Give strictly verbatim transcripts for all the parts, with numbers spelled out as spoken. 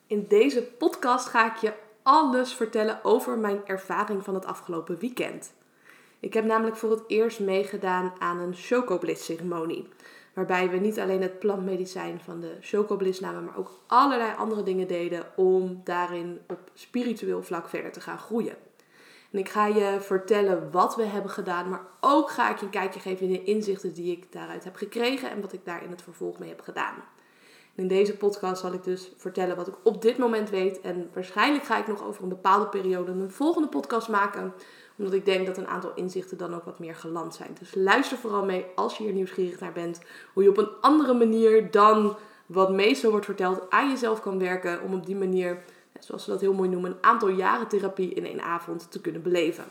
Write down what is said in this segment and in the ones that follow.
In deze podcast ga ik je alles vertellen over mijn ervaring van het afgelopen weekend. Ik heb namelijk voor het eerst meegedaan aan een Chocobliss ceremonie. Waarbij we niet alleen het plantmedicijn van de Chocobliss namen, maar ook allerlei andere dingen deden om daarin op spiritueel vlak verder te gaan groeien. En ik ga je vertellen wat we hebben gedaan, maar ook ga ik je een kijkje geven in de inzichten die ik daaruit heb gekregen en wat ik daar in het vervolg mee heb gedaan. En in deze podcast zal ik dus vertellen wat ik op dit moment weet en waarschijnlijk ga ik nog over een bepaalde periode een volgende podcast maken, omdat ik denk dat een aantal inzichten dan ook wat meer geland zijn. Dus luister vooral mee als je hier nieuwsgierig naar bent, hoe je op een andere manier dan wat meestal wordt verteld aan jezelf kan werken om op die manier, zoals ze dat heel mooi noemen, een aantal jaren therapie in één avond te kunnen beleven.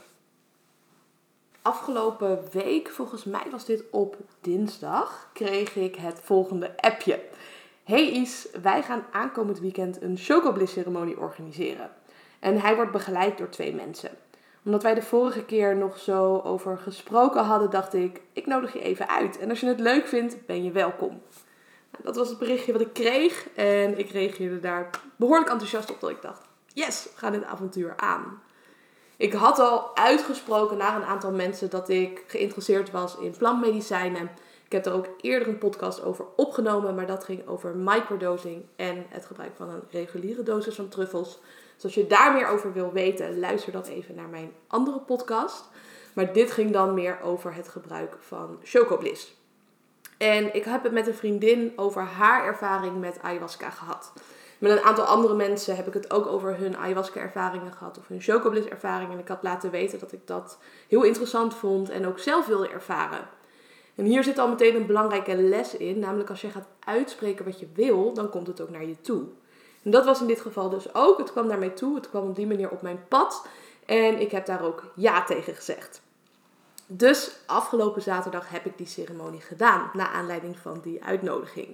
Afgelopen week, volgens mij was dit op dinsdag, kreeg ik het volgende appje. Hey Is, wij gaan aankomend weekend een Chocobliss ceremonie organiseren. En hij wordt begeleid door twee mensen. Omdat wij de vorige keer nog zo over gesproken hadden, dacht ik, ik nodig je even uit. En als je het leuk vindt, ben je welkom. Nou, dat was het berichtje wat ik kreeg. En ik reageerde daar behoorlijk enthousiast op dat ik dacht, yes, we gaan dit avontuur aan. Ik had al uitgesproken naar een aantal mensen dat ik geïnteresseerd was in plantmedicijnen. Ik heb er ook eerder een podcast over opgenomen, maar dat ging over microdosing en het gebruik van een reguliere dosis van truffels. Dus als je daar meer over wil weten, luister dan even naar mijn andere podcast. Maar dit ging dan meer over het gebruik van Chocobliss. En ik heb het met een vriendin over haar ervaring met ayahuasca gehad. Met een aantal andere mensen heb ik het ook over hun ayahuasca ervaringen gehad of hun Chocobliss ervaringen. En ik had laten weten dat ik dat heel interessant vond en ook zelf wilde ervaren. En hier zit al meteen een belangrijke les in, namelijk als je gaat uitspreken wat je wil, dan komt het ook naar je toe. En dat was in dit geval dus ook. Het kwam naar mij toe, het kwam op die manier op mijn pad en ik heb daar ook ja tegen gezegd. Dus afgelopen zaterdag heb ik die ceremonie gedaan, naar aanleiding van die uitnodiging.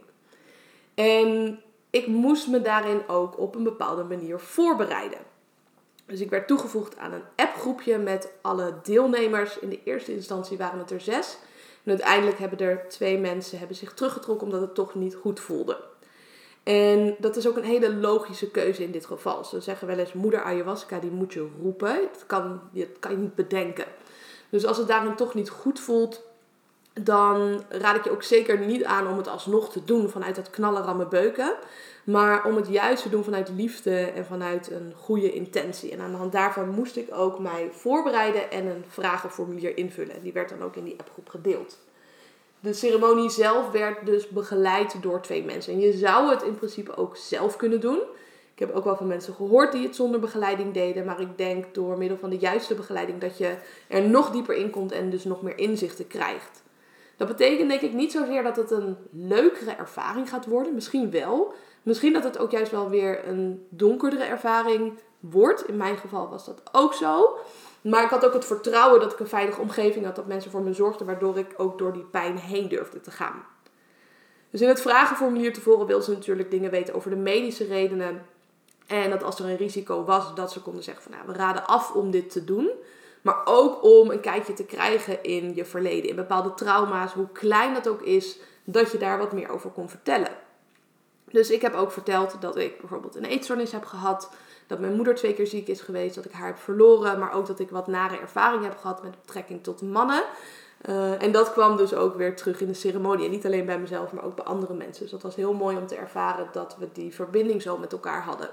En ik moest me daarin ook op een bepaalde manier voorbereiden. Dus ik werd toegevoegd aan een appgroepje met alle deelnemers. In de eerste instantie waren het er zes. En uiteindelijk hebben er twee mensen hebben zich teruggetrokken omdat het toch niet goed voelde. En dat is ook een hele logische keuze in dit geval. Ze zeggen wel eens, moeder ayahuasca, die moet je roepen. Dat kan, dat kan je niet bedenken. Dus als het daarin toch niet goed voelt, dan raad ik je ook zeker niet aan om het alsnog te doen vanuit dat knallen, rammen, beuken. Maar om het juist te doen vanuit liefde en vanuit een goede intentie. En aan de hand daarvan moest ik ook mij voorbereiden en een vragenformulier invullen. En die werd dan ook in die appgroep gedeeld. De ceremonie zelf werd dus begeleid door twee mensen. En je zou het in principe ook zelf kunnen doen. Ik heb ook wel van mensen gehoord die het zonder begeleiding deden. Maar ik denk door middel van de juiste begeleiding dat je er nog dieper in komt en dus nog meer inzichten krijgt. Dat betekent denk ik niet zozeer dat het een leukere ervaring gaat worden. Misschien wel. Misschien dat het ook juist wel weer een donkerdere ervaring wordt. In mijn geval was dat ook zo. Maar ik had ook het vertrouwen dat ik een veilige omgeving had. Dat mensen voor me zorgden. Waardoor ik ook door die pijn heen durfde te gaan. Dus in het vragenformulier tevoren wilden ze natuurlijk dingen weten over de medische redenen. En dat als er een risico was, dat ze konden zeggen van nou, we raden af om dit te doen. Maar ook om een kijkje te krijgen in je verleden. In bepaalde trauma's, hoe klein dat ook is, dat je daar wat meer over kon vertellen. Dus ik heb ook verteld dat ik bijvoorbeeld een eetstoornis heb gehad. Dat mijn moeder twee keer ziek is geweest. Dat ik haar heb verloren. Maar ook dat ik wat nare ervaringen heb gehad met betrekking tot mannen. Uh, en dat kwam dus ook weer terug in de ceremonie. En niet alleen bij mezelf, maar ook bij andere mensen. Dus dat was heel mooi om te ervaren dat we die verbinding zo met elkaar hadden.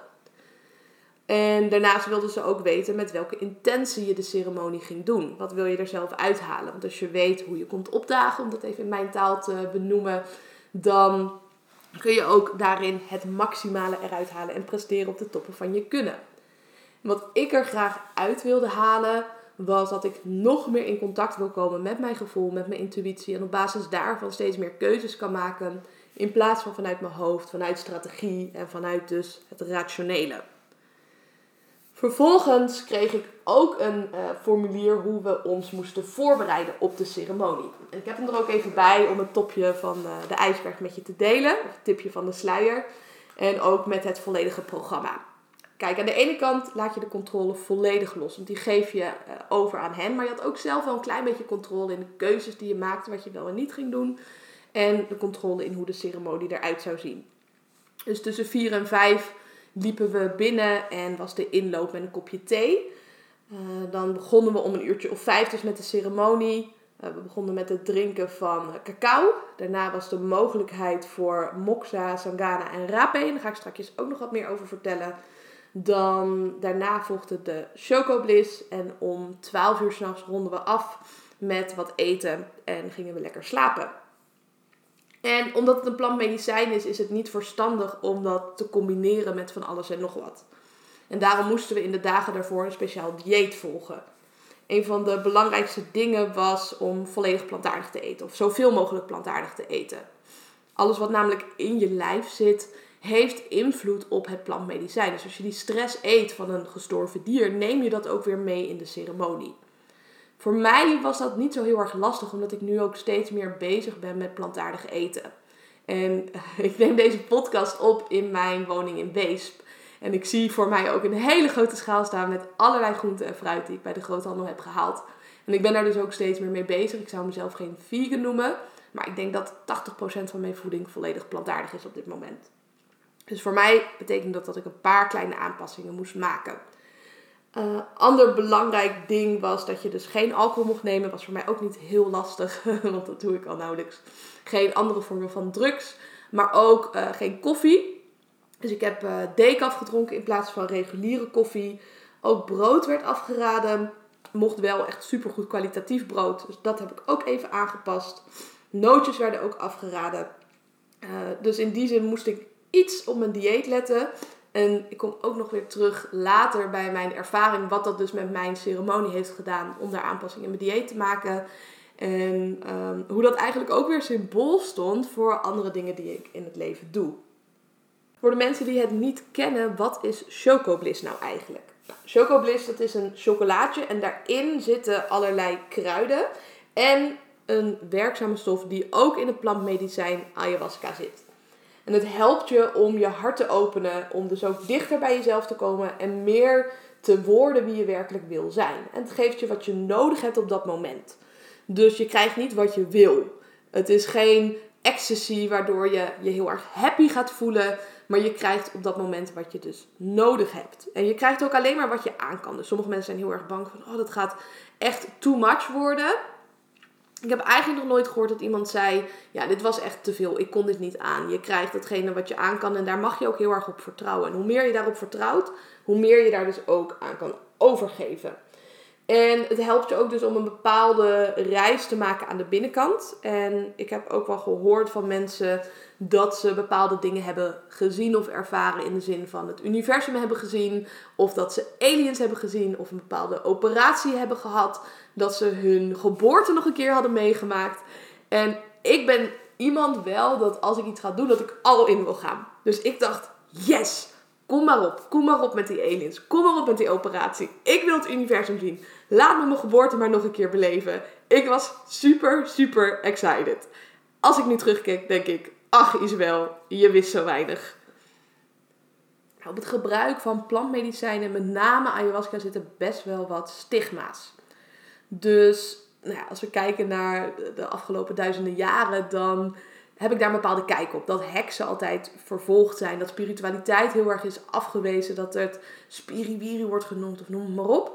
En daarnaast wilden ze ook weten met welke intentie je de ceremonie ging doen. Wat wil je er zelf uithalen? Want als je weet hoe je komt opdagen, om dat even in mijn taal te benoemen, dan kun je ook daarin het maximale eruit halen en presteren op de toppen van je kunnen. Wat ik er graag uit wilde halen, was dat ik nog meer in contact wil komen met mijn gevoel, met mijn intuïtie. En op basis daarvan steeds meer keuzes kan maken, in plaats van vanuit mijn hoofd, vanuit strategie en vanuit dus het rationele. Vervolgens kreeg ik ook een uh, formulier hoe we ons moesten voorbereiden op de ceremonie. En ik heb hem er ook even bij om het topje van uh, de ijsberg met je te delen. Of het tipje van de sluier. En ook met het volledige programma. Kijk, aan de ene kant laat je de controle volledig los. Want die geef je uh, over aan hen. Maar je had ook zelf wel een klein beetje controle in de keuzes die je maakte. Wat je wel en niet ging doen. En de controle in hoe de ceremonie eruit zou zien. Dus tussen vier en vijf liepen we binnen en was de inloop met een kopje thee. Uh, dan begonnen we om een uurtje of vijf dus met de ceremonie. Uh, we begonnen met het drinken van uh, cacao. Daarna was de mogelijkheid voor moxa, sangana en rapé. Daar ga ik straks ook nog wat meer over vertellen. Dan daarna volgde de chocobliss. En om twaalf uur 's nachts ronden we af met wat eten en gingen we lekker slapen. En omdat het een plantmedicijn is, is het niet verstandig om dat te combineren met van alles en nog wat. En daarom moesten we in de dagen daarvoor een speciaal dieet volgen. Een van de belangrijkste dingen was om volledig plantaardig te eten. Of zoveel mogelijk plantaardig te eten. Alles wat namelijk in je lijf zit, heeft invloed op het plantmedicijn. Dus als je die stress eet van een gestorven dier, neem je dat ook weer mee in de ceremonie. Voor mij was dat niet zo heel erg lastig, omdat ik nu ook steeds meer bezig ben met plantaardig eten. En ik neem deze podcast op in mijn woning in Weesp. En ik zie voor mij ook een hele grote schaal staan met allerlei groenten en fruit die ik bij de groothandel heb gehaald. En ik ben daar dus ook steeds meer mee bezig. Ik zou mezelf geen vegan noemen, maar ik denk dat tachtig procent van mijn voeding volledig plantaardig is op dit moment. Dus voor mij betekent dat dat ik een paar kleine aanpassingen moest maken. Uh, ander belangrijk ding was dat je dus geen alcohol mocht nemen. Was voor mij ook niet heel lastig, want dat doe ik al nauwelijks. Geen andere vormen van drugs, maar ook uh, geen koffie. Dus ik heb uh, decaf gedronken in plaats van reguliere koffie. Ook brood werd afgeraden. Mocht wel echt supergoed kwalitatief brood, dus dat heb ik ook even aangepast. Nootjes werden ook afgeraden. Uh, dus in die zin moest ik iets op mijn dieet letten. En ik kom ook nog weer terug later bij mijn ervaring wat dat dus met mijn ceremonie heeft gedaan om daar aanpassingen in mijn dieet te maken. En um, hoe dat eigenlijk ook weer symbool stond voor andere dingen die ik in het leven doe. Voor de mensen die het niet kennen, wat is chocobliss nou eigenlijk? Nou, chocobliss, dat is een chocolaatje en daarin zitten allerlei kruiden en een werkzame stof die ook in het plantmedicijn ayahuasca zit. En het helpt je om je hart te openen, om dus ook dichter bij jezelf te komen en meer te worden wie je werkelijk wil zijn. En het geeft je wat je nodig hebt op dat moment. Dus je krijgt niet wat je wil. Het is geen ecstasy waardoor je je heel erg happy gaat voelen, maar je krijgt op dat moment wat je dus nodig hebt. En je krijgt ook alleen maar wat je aan kan. Dus sommige mensen zijn heel erg bang van, oh, dat gaat echt too much worden. Ik heb eigenlijk nog nooit gehoord dat iemand zei, ja, dit was echt te veel, ik kon dit niet aan. Je krijgt datgene wat je aan kan en daar mag je ook heel erg op vertrouwen. En hoe meer je daarop vertrouwt, hoe meer je daar dus ook aan kan overgeven. En het helpt je ook dus om een bepaalde reis te maken aan de binnenkant. En ik heb ook wel gehoord van mensen dat ze bepaalde dingen hebben gezien of ervaren in de zin van het universum hebben gezien. Of dat ze aliens hebben gezien of een bepaalde operatie hebben gehad. Dat ze hun geboorte nog een keer hadden meegemaakt. En ik ben iemand wel dat als ik iets ga doen, dat ik al in wil gaan. Dus ik dacht, yes! Kom maar op, kom maar op met die aliens. Kom maar op met die operatie. Ik wil het universum zien. Laat me mijn geboorte maar nog een keer beleven. Ik was super, super excited. Als ik nu terugkijk, denk ik, ach Isabel, je wist zo weinig. Op het gebruik van plantmedicijnen, met name ayahuasca, zitten best wel wat stigma's. Dus nou ja, als we kijken naar de afgelopen duizenden jaren, dan heb ik daar een bepaalde kijk op. Dat heksen altijd vervolgd zijn. Dat spiritualiteit heel erg is afgewezen. Dat het spiriwiri wordt genoemd of noem het maar op.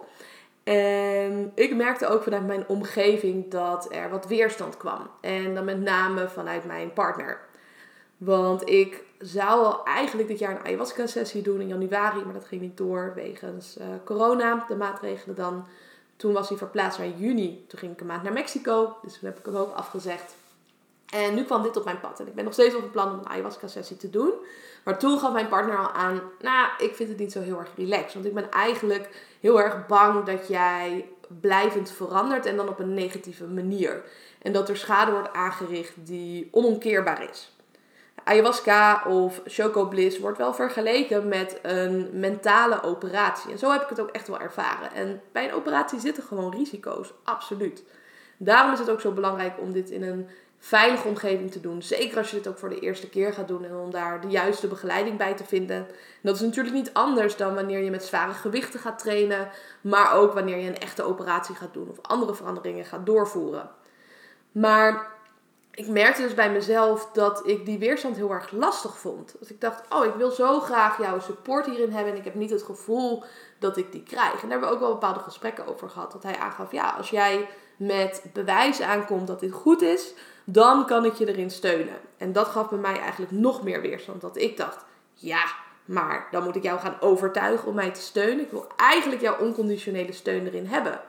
En ik merkte ook vanuit mijn omgeving dat er wat weerstand kwam. En dan met name vanuit mijn partner. Want ik zou al eigenlijk dit jaar een ayahuasca sessie doen in januari. Maar dat ging niet door wegens uh, corona, de maatregelen dan. Toen was hij verplaatst naar juni. Toen ging ik een maand naar Mexico. Dus toen heb ik hem ook afgezegd. En nu kwam dit op mijn pad. En ik ben nog steeds op het plan om een ayahuasca sessie te doen. Maar toen gaf mijn partner al aan, nou, ik vind het niet zo heel erg relaxed. Want ik ben eigenlijk heel erg bang dat jij blijvend verandert en dan op een negatieve manier. En dat er schade wordt aangericht die onomkeerbaar is. Ayahuasca of chocobliss wordt wel vergeleken met een mentale operatie. En zo heb ik het ook echt wel ervaren. En bij een operatie zitten gewoon risico's, absoluut. Daarom is het ook zo belangrijk om dit in een veilige omgeving te doen. Zeker als je dit ook voor de eerste keer gaat doen en om daar de juiste begeleiding bij te vinden. En dat is natuurlijk niet anders dan wanneer je met zware gewichten gaat trainen, maar ook wanneer je een echte operatie gaat doen of andere veranderingen gaat doorvoeren. Maar ik merkte dus bij mezelf dat ik die weerstand heel erg lastig vond. Dus ik dacht, oh, ik wil zo graag jouw support hierin hebben en ik heb niet het gevoel dat ik die krijg. En daar hebben we ook wel bepaalde gesprekken over gehad. Dat hij aangaf, ja, als jij met bewijs aankomt dat dit goed is, dan kan ik je erin steunen. En dat gaf bij mij eigenlijk nog meer weerstand. Dat ik dacht, ja, maar dan moet ik jou gaan overtuigen om mij te steunen. Ik wil eigenlijk jouw onconditionele steun erin hebben.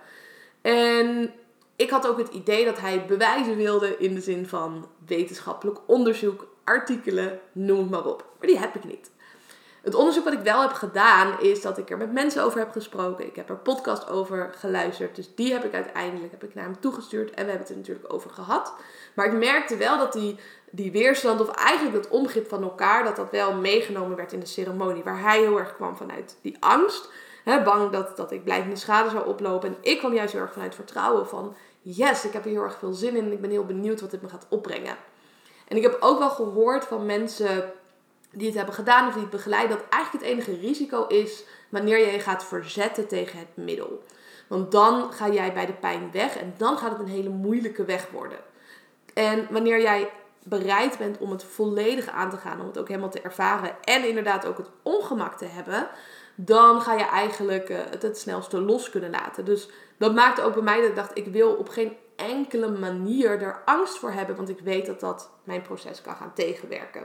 En ik had ook het idee dat hij bewijzen wilde in de zin van wetenschappelijk onderzoek, artikelen, noem het maar op. Maar die heb ik niet. Het onderzoek wat ik wel heb gedaan is dat ik er met mensen over heb gesproken. Ik heb er podcast over geluisterd. Dus die heb ik uiteindelijk heb ik naar hem toegestuurd. En we hebben het er natuurlijk over gehad. Maar ik merkte wel dat die, die weerstand of eigenlijk het onbegrip van elkaar, dat dat wel meegenomen werd in de ceremonie. Waar hij heel erg kwam vanuit die angst. Hè, bang dat, dat ik blijvende schade zou oplopen. En ik kwam juist heel erg vanuit vertrouwen van yes, ik heb er heel erg veel zin in. En ik ben heel benieuwd wat dit me gaat opbrengen. En ik heb ook wel gehoord van mensen die het hebben gedaan of die het begeleiden, dat eigenlijk het enige risico is wanneer je je gaat verzetten tegen het middel. Want dan ga jij bij de pijn weg en dan gaat het een hele moeilijke weg worden. En wanneer jij bereid bent om het volledig aan te gaan, om het ook helemaal te ervaren en inderdaad ook het ongemak te hebben, dan ga je eigenlijk het het snelste los kunnen laten. Dus dat maakte ook bij mij dat ik dacht, ik wil op geen enkele manier er angst voor hebben, want ik weet dat dat mijn proces kan gaan tegenwerken.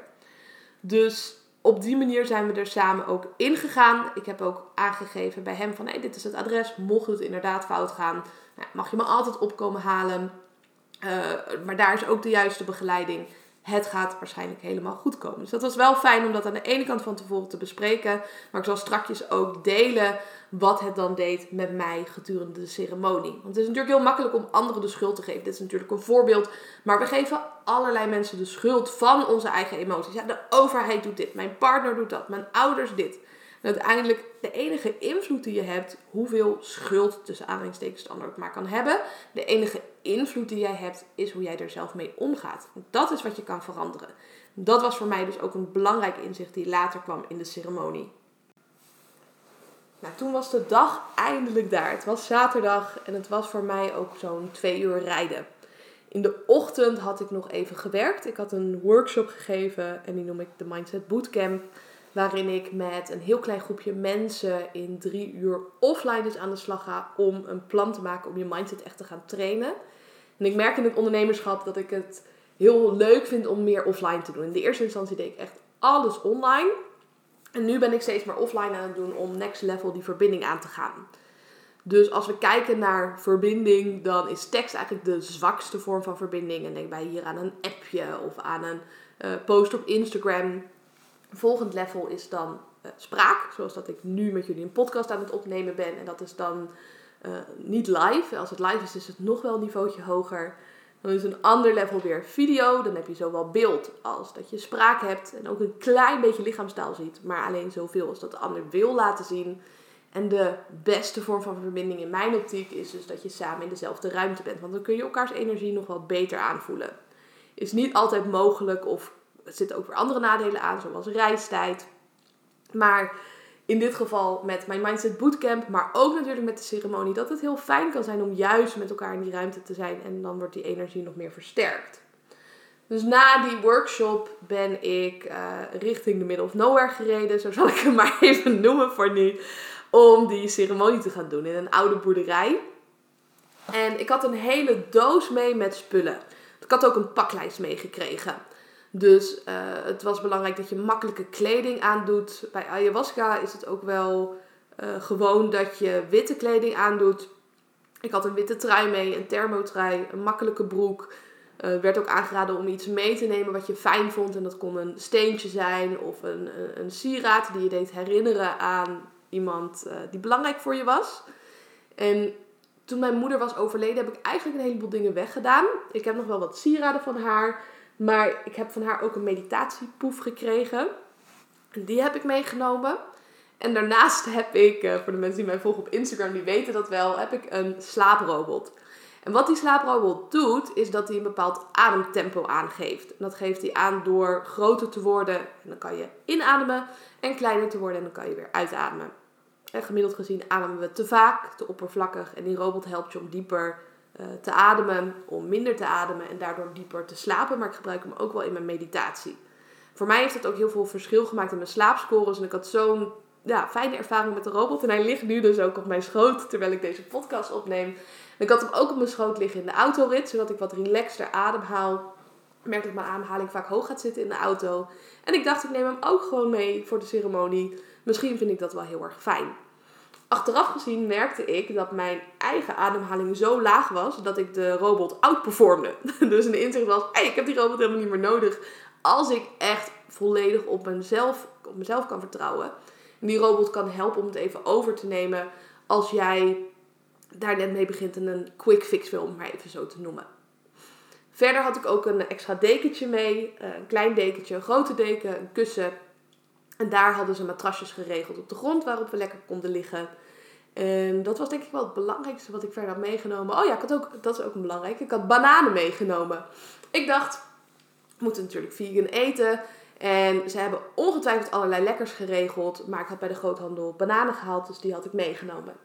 Dus op die manier zijn we er samen ook ingegaan. Ik heb ook aangegeven bij hem van, hey, dit is het adres. Mocht het inderdaad fout gaan, nou, mag je me altijd opkomen halen. Uh, maar daar is ook de juiste begeleiding. Het gaat waarschijnlijk helemaal goed komen. Dus dat was wel fijn om dat aan de ene kant van tevoren te bespreken. Maar ik zal strakjes ook delen wat het dan deed met mij gedurende de ceremonie. Want het is natuurlijk heel makkelijk om anderen de schuld te geven. Dit is natuurlijk een voorbeeld. Maar we geven allerlei mensen de schuld van onze eigen emoties. Ja, de overheid doet dit. Mijn partner doet dat. Mijn ouders dit. En uiteindelijk de enige invloed die je hebt, hoeveel schuld tussen aanhalingstekens de ander ook maar kan hebben. De enige invloed die jij hebt, is hoe jij er zelf mee omgaat. Dat is wat je kan veranderen. Dat was voor mij dus ook een belangrijk inzicht die later kwam in de ceremonie. Nou, toen was de dag eindelijk daar. Het was zaterdag en het was voor mij ook zo'n twee uur rijden. In de ochtend had ik nog even gewerkt. Ik had een workshop gegeven en die noem ik de Mindset Bootcamp. Waarin ik met een heel klein groepje mensen in drie uur offline dus aan de slag ga om een plan te maken om je mindset echt te gaan trainen. En ik merk in het ondernemerschap dat ik het heel leuk vind om meer offline te doen. In de eerste instantie deed ik echt alles online. En nu ben ik steeds meer offline aan het doen om next level die verbinding aan te gaan. Dus als we kijken naar verbinding, dan is tekst eigenlijk de zwakste vorm van verbinding. En denk bij hier aan een appje of aan een uh, post op Instagram. Volgend level is dan uh, spraak. Zoals dat ik nu met jullie een podcast aan het opnemen ben. En dat is dan uh, niet live. Als het live is, is het nog wel een niveautje hoger. Dan is een ander level weer video. Dan heb je zowel beeld als dat je spraak hebt. En ook een klein beetje lichaamstaal ziet. Maar alleen zoveel als dat de ander wil laten zien. En de beste vorm van verbinding in mijn optiek is dus dat je samen in dezelfde ruimte bent. Want dan kun je elkaars energie nog wel beter aanvoelen. Is niet altijd mogelijk of er zitten ook weer andere nadelen aan, zoals reistijd. Maar in dit geval met mijn Mindset Bootcamp, maar ook natuurlijk met de ceremonie, dat het heel fijn kan zijn om juist met elkaar in die ruimte te zijn. En dan wordt die energie nog meer versterkt. Dus na die workshop ben ik uh, richting de middle of nowhere gereden. Zo zal ik hem maar even noemen voor nu. Om die ceremonie te gaan doen in een oude boerderij. En ik had een hele doos mee met spullen. Ik had ook een paklijst meegekregen. Dus uh, het was belangrijk dat je makkelijke kleding aandoet. Bij ayahuasca is het ook wel uh, gewoon dat je witte kleding aandoet. Ik had een witte trui mee, een thermotrui, een makkelijke broek. Er uh, werd ook aangeraden om iets mee te nemen wat je fijn vond. En dat kon een steentje zijn of een, een, een sieraad die je deed herinneren aan iemand uh, die belangrijk voor je was. En toen mijn moeder was overleden heb ik eigenlijk een heleboel dingen weggedaan. Ik heb nog wel wat sieraden van haar. Maar ik heb van haar ook een meditatiepoef gekregen. Die heb ik meegenomen. En daarnaast heb ik, uh, voor de mensen die mij volgen op Instagram, die weten dat wel, heb ik een slaaprobot. En wat die slaaprobot doet, is dat hij een bepaald ademtempo aangeeft. En dat geeft hij aan door groter te worden. En dan kan je inademen. En kleiner te worden en dan kan je weer uitademen. En gemiddeld gezien ademen we te vaak, te oppervlakkig. En die robot helpt je om dieper uh, te ademen, om minder te ademen en daardoor dieper te slapen. Maar ik gebruik hem ook wel in mijn meditatie. Voor mij heeft het ook heel veel verschil gemaakt in mijn slaapscores. En ik had zo'n ja, fijne ervaring met de robot. En hij ligt nu dus ook op mijn schoot terwijl ik deze podcast opneem. En ik had hem ook op mijn schoot liggen in de autorit, zodat ik wat relaxter ademhaal. Ik merk dat mijn ademhaling vaak hoog gaat zitten in de auto. En ik dacht, ik neem hem ook gewoon mee voor de ceremonie. Misschien vind ik dat wel heel erg fijn. Achteraf gezien merkte ik dat mijn eigen ademhaling zo laag was dat ik de robot outperformde. Dus een inzicht was, hey, ik heb die robot helemaal niet meer nodig als ik echt volledig op mezelf, op mezelf kan vertrouwen. En die robot kan helpen om het even over te nemen als jij daar net mee begint en een quick fix wil, om het maar even zo te noemen. Verder had ik ook een extra dekentje mee. Een klein dekentje, een grote deken, een kussen. En daar hadden ze matrasjes geregeld op de grond waarop we lekker konden liggen. En dat was denk ik wel het belangrijkste wat ik verder had meegenomen. Oh ja, ik had ook, dat is ook een belangrijke. Ik had bananen meegenomen. Ik dacht, we moeten natuurlijk vegan eten. En ze hebben ongetwijfeld allerlei lekkers geregeld. Maar ik had bij de groothandel bananen gehaald, dus die had ik meegenomen.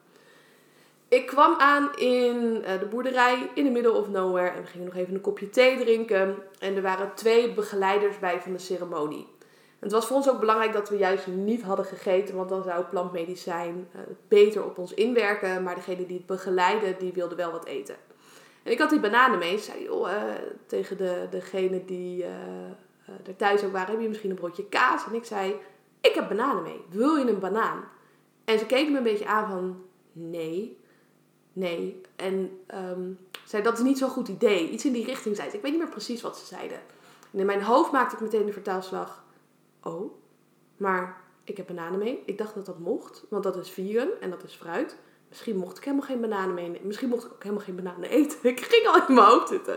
Ik kwam aan in de boerderij in the middle of nowhere. En we gingen nog even een kopje thee drinken. En er waren twee begeleiders bij van de ceremonie. Het was voor ons ook belangrijk dat we juist niet hadden gegeten, want dan zou plantmedicijn uh, beter op ons inwerken. Maar degene die het begeleidde, die wilde wel wat eten. En ik had die bananen mee. Ze zei joh, uh, tegen de, degene die uh, uh, er thuis ook waren, heb je misschien een broodje kaas? En ik zei, ik heb bananen mee. Wil je een banaan? En ze keken me een beetje aan van, nee, nee. En um, zei, dat is niet zo'n goed idee. Iets in die richting zei ze. Ik weet niet meer precies wat ze zeiden. En in mijn hoofd maakte ik meteen de vertaalslag. Oh, maar ik heb bananen mee. Ik dacht dat dat mocht, want dat is vegan en dat is fruit. Misschien mocht ik helemaal geen bananen mee. Misschien mocht ik ook helemaal geen bananen eten. Ik ging al in mijn hoofd zitten.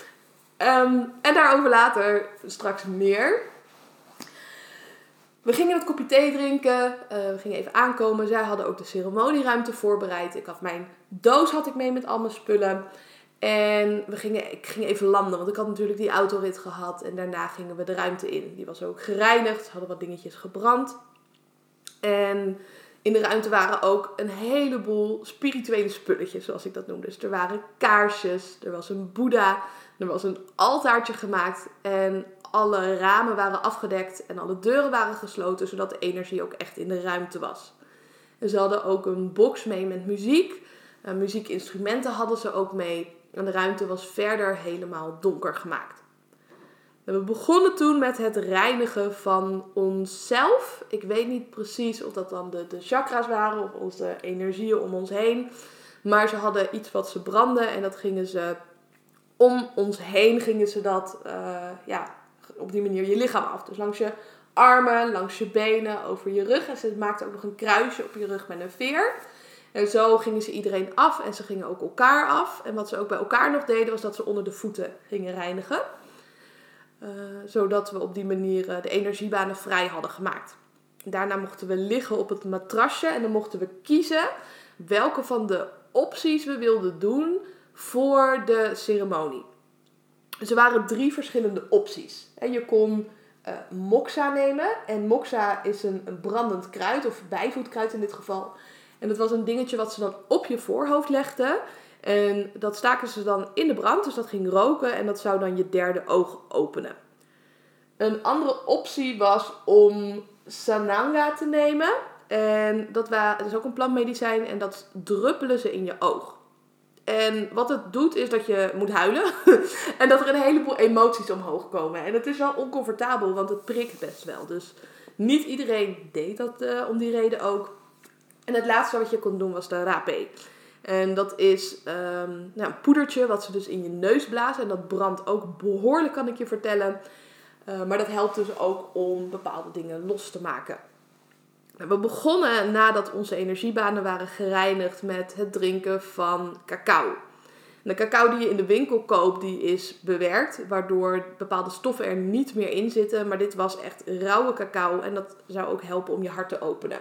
Um, en daarover later straks meer. We gingen het kopje thee drinken. Uh, we gingen even aankomen. Zij hadden ook de ceremonieruimte voorbereid. Ik had mijn doos had ik mee met al mijn spullen. En we gingen, ik ging even landen, want ik had natuurlijk die autorit gehad. En daarna gingen we de ruimte in. Die was ook gereinigd. Ze hadden wat dingetjes gebrand. En in de ruimte waren ook een heleboel spirituele spulletjes, zoals ik dat noemde. Dus er waren kaarsjes, er was een boeddha, er was een altaartje gemaakt. En alle ramen waren afgedekt en alle deuren waren gesloten, zodat de energie ook echt in de ruimte was. En ze hadden ook een box mee met muziek. Uh, muziekinstrumenten hadden ze ook mee. En de ruimte was verder helemaal donker gemaakt. We begonnen toen met het reinigen van onszelf. Ik weet niet precies of dat dan de, de chakra's waren of onze energieën om ons heen. Maar ze hadden iets wat ze brandden en dat gingen ze om ons heen gingen ze dat uh, ja, op die manier je lichaam af. Dus langs je armen, langs je benen, over je rug. En ze maakten ook nog een kruisje op je rug met een veer. En zo gingen ze iedereen af en ze gingen ook elkaar af. En wat ze ook bij elkaar nog deden was dat ze onder de voeten gingen reinigen. Uh, zodat we op die manier uh, de energiebanen vrij hadden gemaakt. Daarna mochten we liggen op het matrasje en dan mochten we kiezen welke van de opties we wilden doen voor de ceremonie. Dus er waren drie verschillende opties. En je kon uh, moxa nemen. En moxa is een, een brandend kruid, of bijvoetkruid in dit geval. En dat was een dingetje wat ze dan op je voorhoofd legden. En dat staken ze dan in de brand, dus dat ging roken. En dat zou dan je derde oog openen. Een andere optie was om sananga te nemen. En dat, wa- dat is ook een plantmedicijn en dat druppelen ze in je oog. En wat het doet is dat je moet huilen. En dat er een heleboel emoties omhoog komen. En het is wel oncomfortabel, want het prikt best wel. Dus niet iedereen deed dat uh, om die reden ook. En het laatste wat je kon doen was de rapé. En dat is um, nou, een poedertje wat ze dus in je neus blazen. En dat brandt ook behoorlijk, kan ik je vertellen. Uh, maar dat helpt dus ook om bepaalde dingen los te maken. We begonnen nadat onze energiebanen waren gereinigd met het drinken van cacao. De cacao die je in de winkel koopt, die is bewerkt, waardoor bepaalde stoffen er niet meer in zitten. Maar dit was echt rauwe cacao en dat zou ook helpen om je hart te openen.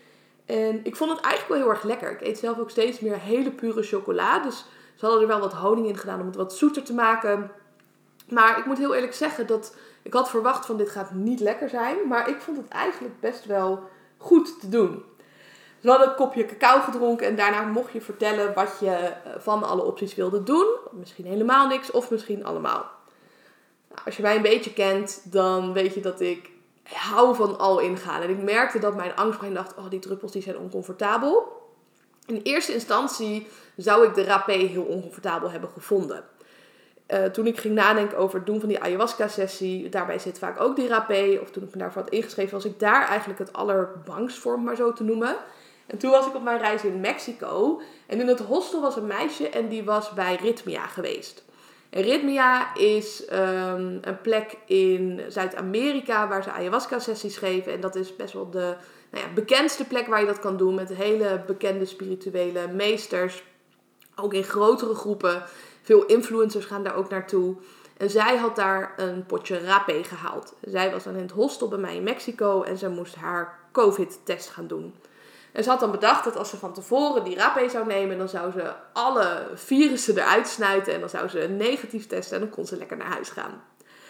En ik vond het eigenlijk wel heel erg lekker. Ik eet zelf ook steeds meer hele pure chocola. Dus ze hadden er wel wat honing in gedaan om het wat zoeter te maken. Maar ik moet heel eerlijk zeggen dat ik had verwacht van dit gaat niet lekker zijn. Maar ik vond het eigenlijk best wel goed te doen. we hadden een kopje cacao gedronken en daarna mocht je vertellen wat je van alle opties wilde doen. Misschien helemaal niks of misschien allemaal. Nou, als je mij een beetje kent, dan weet je dat ik hou van al ingaan. En ik merkte dat mijn angstbrein dacht, oh die druppels die zijn oncomfortabel. In eerste instantie zou ik de rapé heel oncomfortabel hebben gevonden. Uh, toen ik ging nadenken over het doen van die ayahuasca-sessie, daarbij zit vaak ook die rapé, of toen ik me daarvoor had ingeschreven, was ik daar eigenlijk het allerbangst voor, om maar zo te noemen. En toen was ik op mijn reis in Mexico en in het hostel was een meisje en die was bij Rythmia geweest. En Rythmia is um, een plek in Zuid-Amerika waar ze ayahuasca-sessies geven en dat is best wel de nou ja, bekendste plek waar je dat kan doen met hele bekende spirituele meesters, ook in grotere groepen. Veel influencers gaan daar ook naartoe. En zij had daar een potje rapé gehaald. Zij was dan in het hostel bij mij in Mexico en ze moest haar COVID-test gaan doen. En ze had dan bedacht dat als ze van tevoren die rapé zou nemen, dan zou ze alle virussen eruit snuiten en dan zou ze negatief testen en dan kon ze lekker naar huis gaan.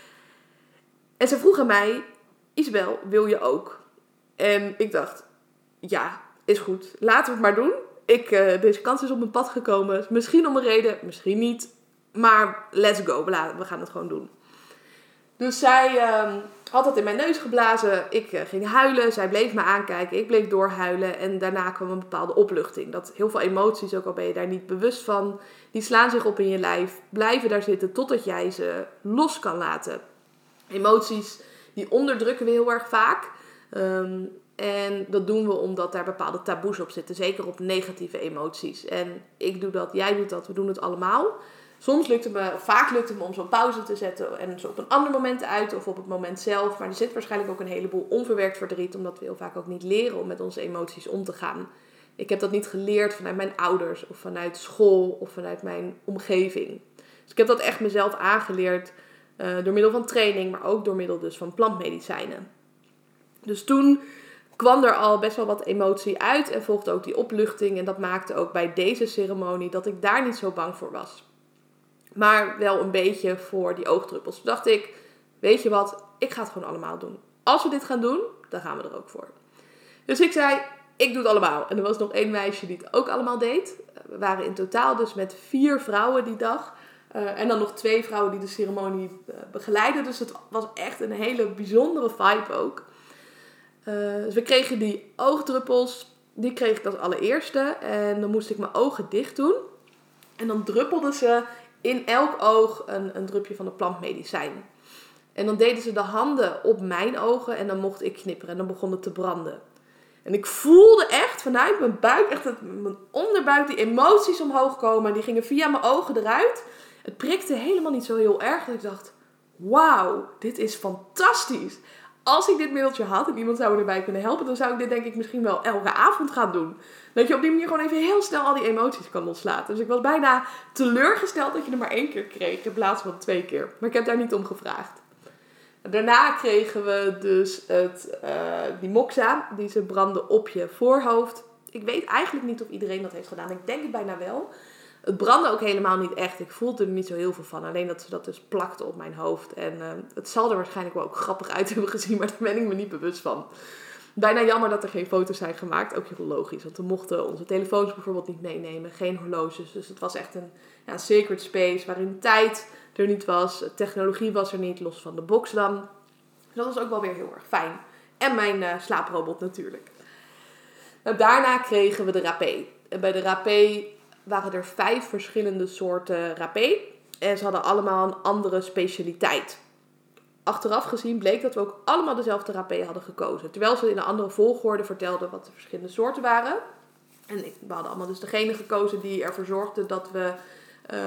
En ze vroeg aan mij, Isabel, wil je ook? En ik dacht, ja, is goed, laten we het maar doen. Ik, uh, deze kans is op mijn pad gekomen. Misschien om een reden, misschien niet. Maar let's go, we, laten, we gaan het gewoon doen. Dus zij uh, had dat in mijn neus geblazen. Ik uh, ging huilen. Zij bleef me aankijken. Ik bleef doorhuilen. En daarna kwam een bepaalde opluchting. Dat heel veel emoties, ook al ben je daar niet bewust van, die slaan zich op in je lijf. Blijven daar zitten totdat jij ze los kan laten. Emoties, die onderdrukken we heel erg vaak. Um, En dat doen we omdat daar bepaalde taboes op zitten. Zeker op negatieve emoties. En ik doe dat, jij doet dat, we doen het allemaal. Soms lukt het me, of vaak lukt het me om zo'n pauze te zetten. En zo op een ander moment uit of op het moment zelf. Maar er zit waarschijnlijk ook een heleboel onverwerkt verdriet. Omdat we heel vaak ook niet leren om met onze emoties om te gaan. Ik heb dat niet geleerd vanuit mijn ouders. Of vanuit school. Of vanuit mijn omgeving. Dus ik heb dat echt mezelf aangeleerd. Uh, door middel van training. Maar ook door middel dus van plantmedicijnen. Dus toen kwam er al best wel wat emotie uit en volgde ook die opluchting. En dat maakte ook bij deze ceremonie dat ik daar niet zo bang voor was. Maar wel een beetje voor die oogdruppels. Toen dacht ik, weet je wat, ik ga het gewoon allemaal doen. Als we dit gaan doen, dan gaan we er ook voor. Dus ik zei, ik doe het allemaal. En er was nog één meisje die het ook allemaal deed. We waren in totaal dus met vier vrouwen die dag. Uh, en dan nog twee vrouwen die de ceremonie uh, begeleiden. Dus het was echt een hele bijzondere vibe ook. Uh, dus we kregen die oogdruppels, die kreeg ik als allereerste. En dan moest ik mijn ogen dicht doen. En dan druppelden ze in elk oog een, een drupje van de plantmedicijn. En dan deden ze de handen op mijn ogen en dan mocht ik knipperen. En dan begon het te branden. En ik voelde echt vanuit mijn buik, echt het, mijn onderbuik, die emoties omhoog komen. Die gingen via mijn ogen eruit. Het prikte helemaal niet zo heel erg. Dat ik dacht, wauw, dit is fantastisch. Als ik dit middeltje had en iemand zou me erbij kunnen helpen, dan zou ik dit denk ik misschien wel elke avond gaan doen. Dat je op die manier gewoon even heel snel al die emoties kan loslaten. Dus ik was bijna teleurgesteld dat je er maar één keer kreeg in plaats van twee keer. Maar ik heb daar niet om gevraagd. Daarna kregen we dus het, uh, die moxa, die ze brandde op je voorhoofd. Ik weet eigenlijk niet of iedereen dat heeft gedaan. Ik denk het bijna wel. Het brandde ook helemaal niet echt. Ik voelde er niet zo heel veel van. Alleen dat ze dat dus plakte op mijn hoofd. En uh, het zal er waarschijnlijk wel ook grappig uit hebben gezien. Maar daar ben ik me niet bewust van. Bijna jammer dat er geen foto's zijn gemaakt. Ook heel logisch. Want we mochten onze telefoons bijvoorbeeld niet meenemen. Geen horloges. Dus het was echt een ja, sacred space. Waarin tijd er niet was. Technologie was er niet. Los van de box dan. Dat was ook wel weer heel erg fijn. En mijn uh, slaaprobot natuurlijk. Nou, daarna kregen we de rapé. En bij de rapé waren er vijf verschillende soorten rapé. En ze hadden allemaal een andere specialiteit. Achteraf gezien bleek dat we ook allemaal dezelfde rapé hadden gekozen. Terwijl ze in een andere volgorde vertelden wat de verschillende soorten waren. En we hadden allemaal dus degene gekozen die ervoor zorgde dat we... Uh,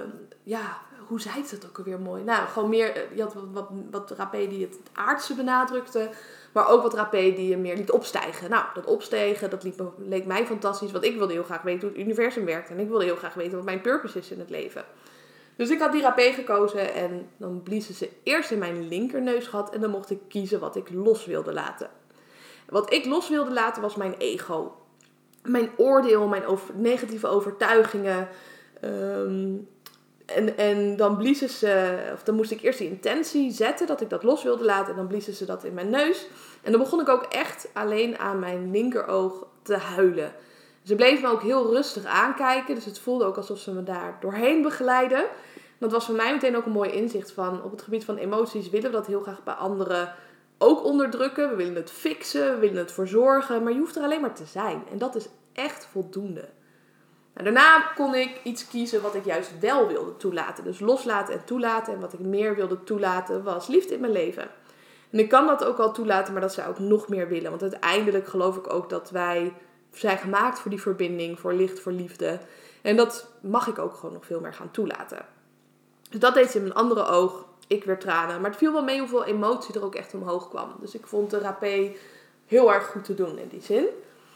ja, hoe zei ze het ook alweer mooi? Nou, gewoon meer... Je had wat, wat, wat rapé die het aardse benadrukte. Maar ook wat rapé die je meer liet opstijgen. Nou, dat opstijgen, dat liep, leek mij fantastisch. Want ik wilde heel graag weten hoe het universum werkt. En ik wilde heel graag weten wat mijn purpose is in het leven. Dus ik had die rapé gekozen. En dan bliezen ze eerst in mijn linkerneusgat. En dan mocht ik kiezen wat ik los wilde laten. Wat ik los wilde laten was mijn ego. Mijn oordeel, mijn over, negatieve overtuigingen. Um, En, en dan bliezen ze, of dan moest ik eerst die intentie zetten dat ik dat los wilde laten. En dan bliezen ze dat in mijn neus. En dan begon ik ook echt alleen aan mijn linkeroog te huilen. Ze bleven me ook heel rustig aankijken. Dus het voelde ook alsof ze me daar doorheen begeleiden. Dat was voor mij meteen ook een mooi inzicht van, op het gebied van emoties willen we dat heel graag bij anderen ook onderdrukken. We willen het fixen, we willen het verzorgen. Maar je hoeft er alleen maar te zijn. En dat is echt voldoende. Nou, daarna kon ik iets kiezen wat ik juist wel wilde toelaten. Dus loslaten en toelaten. En wat ik meer wilde toelaten was liefde in mijn leven. En ik kan dat ook wel toelaten, maar dat zou ik nog meer willen. Want uiteindelijk geloof ik ook dat wij zijn gemaakt voor die verbinding, voor licht, voor liefde. En dat mag ik ook gewoon nog veel meer gaan toelaten. Dus dat deed ze in mijn andere oog. Ik weer tranen. Maar het viel wel mee hoeveel emotie er ook echt omhoog kwam. Dus ik vond de rapé heel erg goed te doen in die zin.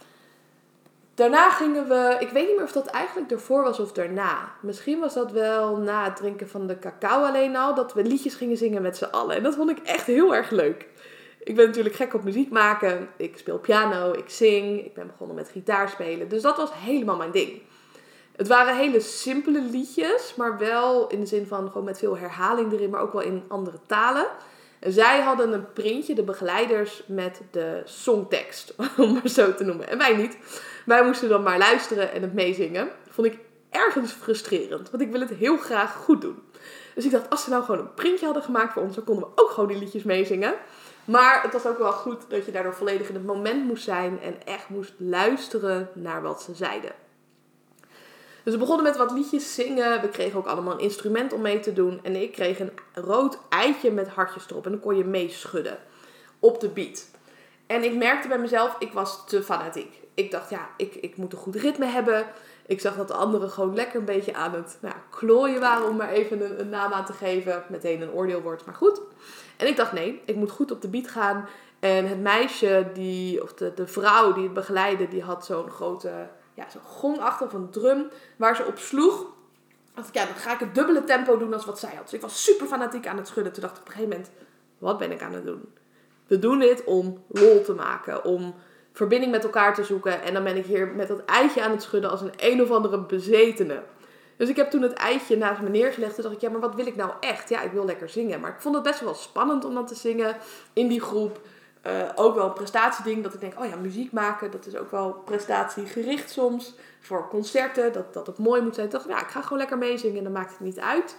Daarna gingen we, ik weet niet meer of dat eigenlijk ervoor was of daarna. Misschien was dat wel na het drinken van de cacao alleen al, dat we liedjes gingen zingen met z'n allen. En dat vond ik echt heel erg leuk. Ik ben natuurlijk gek op muziek maken. Ik speel piano, ik zing, ik ben begonnen met gitaar spelen. Dus dat was helemaal mijn ding. Het waren hele simpele liedjes, maar wel in de zin van gewoon met veel herhaling erin, maar ook wel in andere talen. En zij hadden een printje, de begeleiders, met de songtekst, om maar zo te noemen. En wij niet. Wij moesten dan maar luisteren en het meezingen. Dat vond ik ergens frustrerend, want ik wil het heel graag goed doen. Dus ik dacht, als ze nou gewoon een printje hadden gemaakt voor ons, dan konden we ook gewoon die liedjes meezingen. Maar het was ook wel goed dat je daardoor volledig in het moment moest zijn en echt moest luisteren naar wat ze zeiden. Dus we begonnen met wat liedjes zingen. We kregen ook allemaal een instrument om mee te doen. En ik kreeg een rood eitje met hartjes erop. En dan kon je meeschudden op de beat. En ik merkte bij mezelf, ik was te fanatiek. Ik dacht, ja, ik, ik moet een goed ritme hebben. Ik zag dat de anderen gewoon lekker een beetje aan het nou, klooien waren, om maar even een, een naam aan te geven. Meteen een oordeelwoord, maar goed. En ik dacht, nee, ik moet goed op de beat gaan. En het meisje, die, of de, de vrouw die het begeleidde, die had zo'n grote, ja, zo'n gong achter of een drum waar ze op sloeg. Dacht ik, ja, dan ga ik het dubbele tempo doen als wat zij had. Dus ik was super fanatiek aan het schudden. Toen dacht ik op een gegeven moment, wat ben ik aan het doen? We doen dit om lol te maken, om verbinding met elkaar te zoeken. En dan ben ik hier met dat eitje aan het schudden als een een of andere bezetene. Dus ik heb toen het eitje naast me neergelegd. Toen dacht ik, ja, maar wat wil ik nou echt? Ja, ik wil lekker zingen. Maar ik vond het best wel spannend om dan te zingen in die groep. Uh, ook wel een prestatieding. Dat ik denk, oh ja, muziek maken, dat is ook wel prestatiegericht soms. Voor concerten, dat, dat het mooi moet zijn. Toen dacht ik, ja, ik ga gewoon lekker meezingen en dan maakt het niet uit.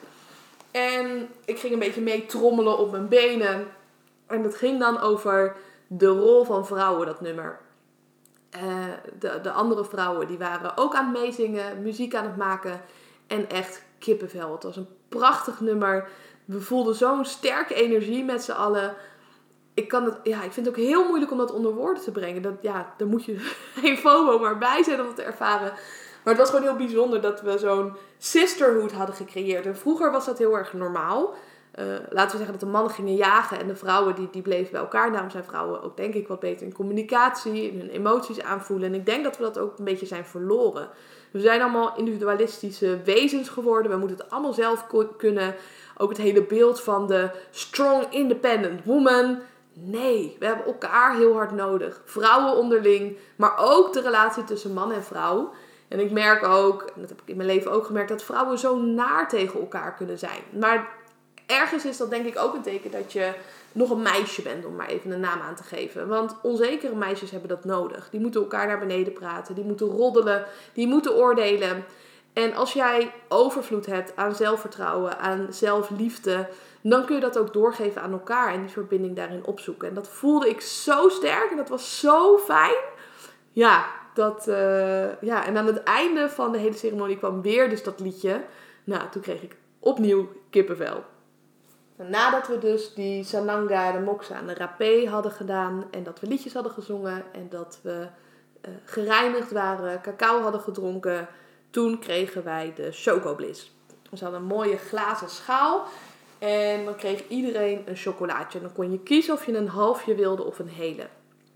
En ik ging een beetje mee trommelen op mijn benen. En dat ging dan over de rol van vrouwen, dat nummer. Uh, de, de andere vrouwen, die waren ook aan het meezingen, muziek aan het maken. En echt kippenvel. Het was een prachtig nummer. We voelden zo'n sterke energie met z'n allen. Ik, kan het, ja, ik vind het ook heel moeilijk om dat onder woorden te brengen. Dat, ja, daar moet je geen FOMO maar bij zijn om het te ervaren. Maar het was gewoon heel bijzonder dat we zo'n sisterhood hadden gecreëerd. En vroeger was dat heel erg normaal. Uh, laten we zeggen dat de mannen gingen jagen en de vrouwen die, die bleven bij elkaar. Daarom zijn vrouwen ook denk ik wat beter in communicatie, in hun emoties aanvoelen. En ik denk dat we dat ook een beetje zijn verloren. We zijn allemaal individualistische wezens geworden. We moeten het allemaal zelf kunnen. Ook het hele beeld van de strong independent woman. Nee, we hebben elkaar heel hard nodig. Vrouwen onderling, maar ook de relatie tussen man en vrouw. En ik merk ook, en dat heb ik in mijn leven ook gemerkt, dat vrouwen zo naar tegen elkaar kunnen zijn. Maar ergens is dat denk ik ook een teken dat je nog een meisje bent, om maar even een naam aan te geven. Want onzekere meisjes hebben dat nodig. Die moeten elkaar naar beneden praten, die moeten roddelen, die moeten oordelen. En als jij overvloed hebt aan zelfvertrouwen, aan zelfliefde, dan kun je dat ook doorgeven aan elkaar en die verbinding daarin opzoeken. En dat voelde ik zo sterk en dat was zo fijn. Ja, dat, uh, ja, en aan het einde van de hele ceremonie kwam weer dus dat liedje. Nou, toen kreeg ik opnieuw kippenvel. Nadat we dus die Sananga, de Moksha en de Rapé hadden gedaan en dat we liedjes hadden gezongen en dat we uh, gereinigd waren, cacao hadden gedronken, toen kregen wij de chocobliss. Dus we hadden een mooie glazen schaal en dan kreeg iedereen een chocolaatje. En dan kon je kiezen of je een halfje wilde of een hele.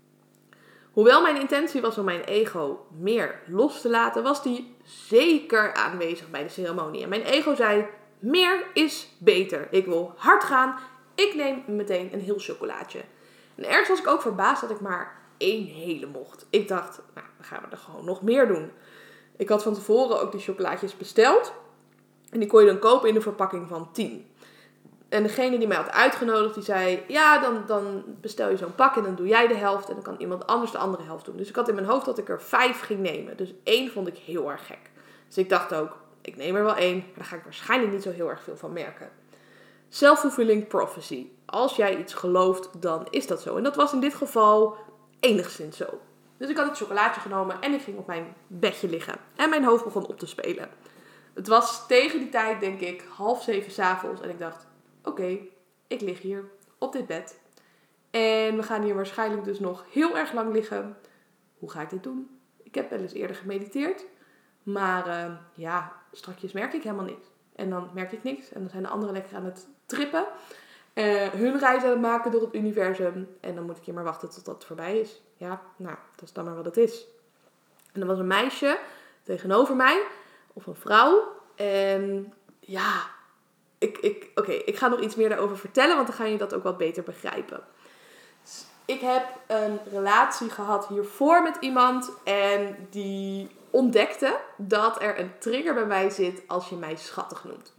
Hoewel mijn intentie was om mijn ego meer los te laten, was die zeker aanwezig bij de ceremonie. En mijn ego zei, meer is beter. Ik wil hard gaan. Ik neem meteen een heel chocolaatje. En ergens was ik ook verbaasd dat ik maar één hele mocht. Ik dacht, nou, dan gaan we er gewoon nog meer doen. Ik had van tevoren ook die chocolaatjes besteld. En die kon je dan kopen in de verpakking van tien. En degene die mij had uitgenodigd, die zei, ja, dan, dan bestel je zo'n pak en dan doe jij de helft. En dan kan iemand anders de andere helft doen. Dus ik had in mijn hoofd dat ik er vijf ging nemen. Dus één vond ik heel erg gek. Dus ik dacht ook, ik neem er wel één, maar daar ga ik waarschijnlijk niet zo heel erg veel van merken. Self-fulfilling prophecy. Als jij iets gelooft, dan is dat zo. En dat was in dit geval enigszins zo. Dus ik had het chocolaatje genomen en ik ging op mijn bedje liggen. En mijn hoofd begon op te spelen. Het was tegen die tijd, denk ik, half zeven 's avonds. En ik dacht, oké, okay, ik lig hier op dit bed. En we gaan hier waarschijnlijk dus nog heel erg lang liggen. Hoe ga ik dit doen? Ik heb wel eens eerder gemediteerd. Maar uh, ja, strakjes merk ik helemaal niks. En dan merk ik niks. En dan zijn de anderen lekker aan het trippen. Uh, hun reis aan het maken door het universum. En dan moet ik hier maar wachten tot dat voorbij is. Ja, nou, dat is dan maar wat het is. En er was een meisje tegenover mij. Of een vrouw. En ja, ik, ik, oké, okay, ik ga nog iets meer daarover vertellen. Want dan ga je dat ook wat beter begrijpen. Dus ik heb een relatie gehad hiervoor met iemand. En die ontdekte dat er een trigger bij mij zit als je mij schattig noemt.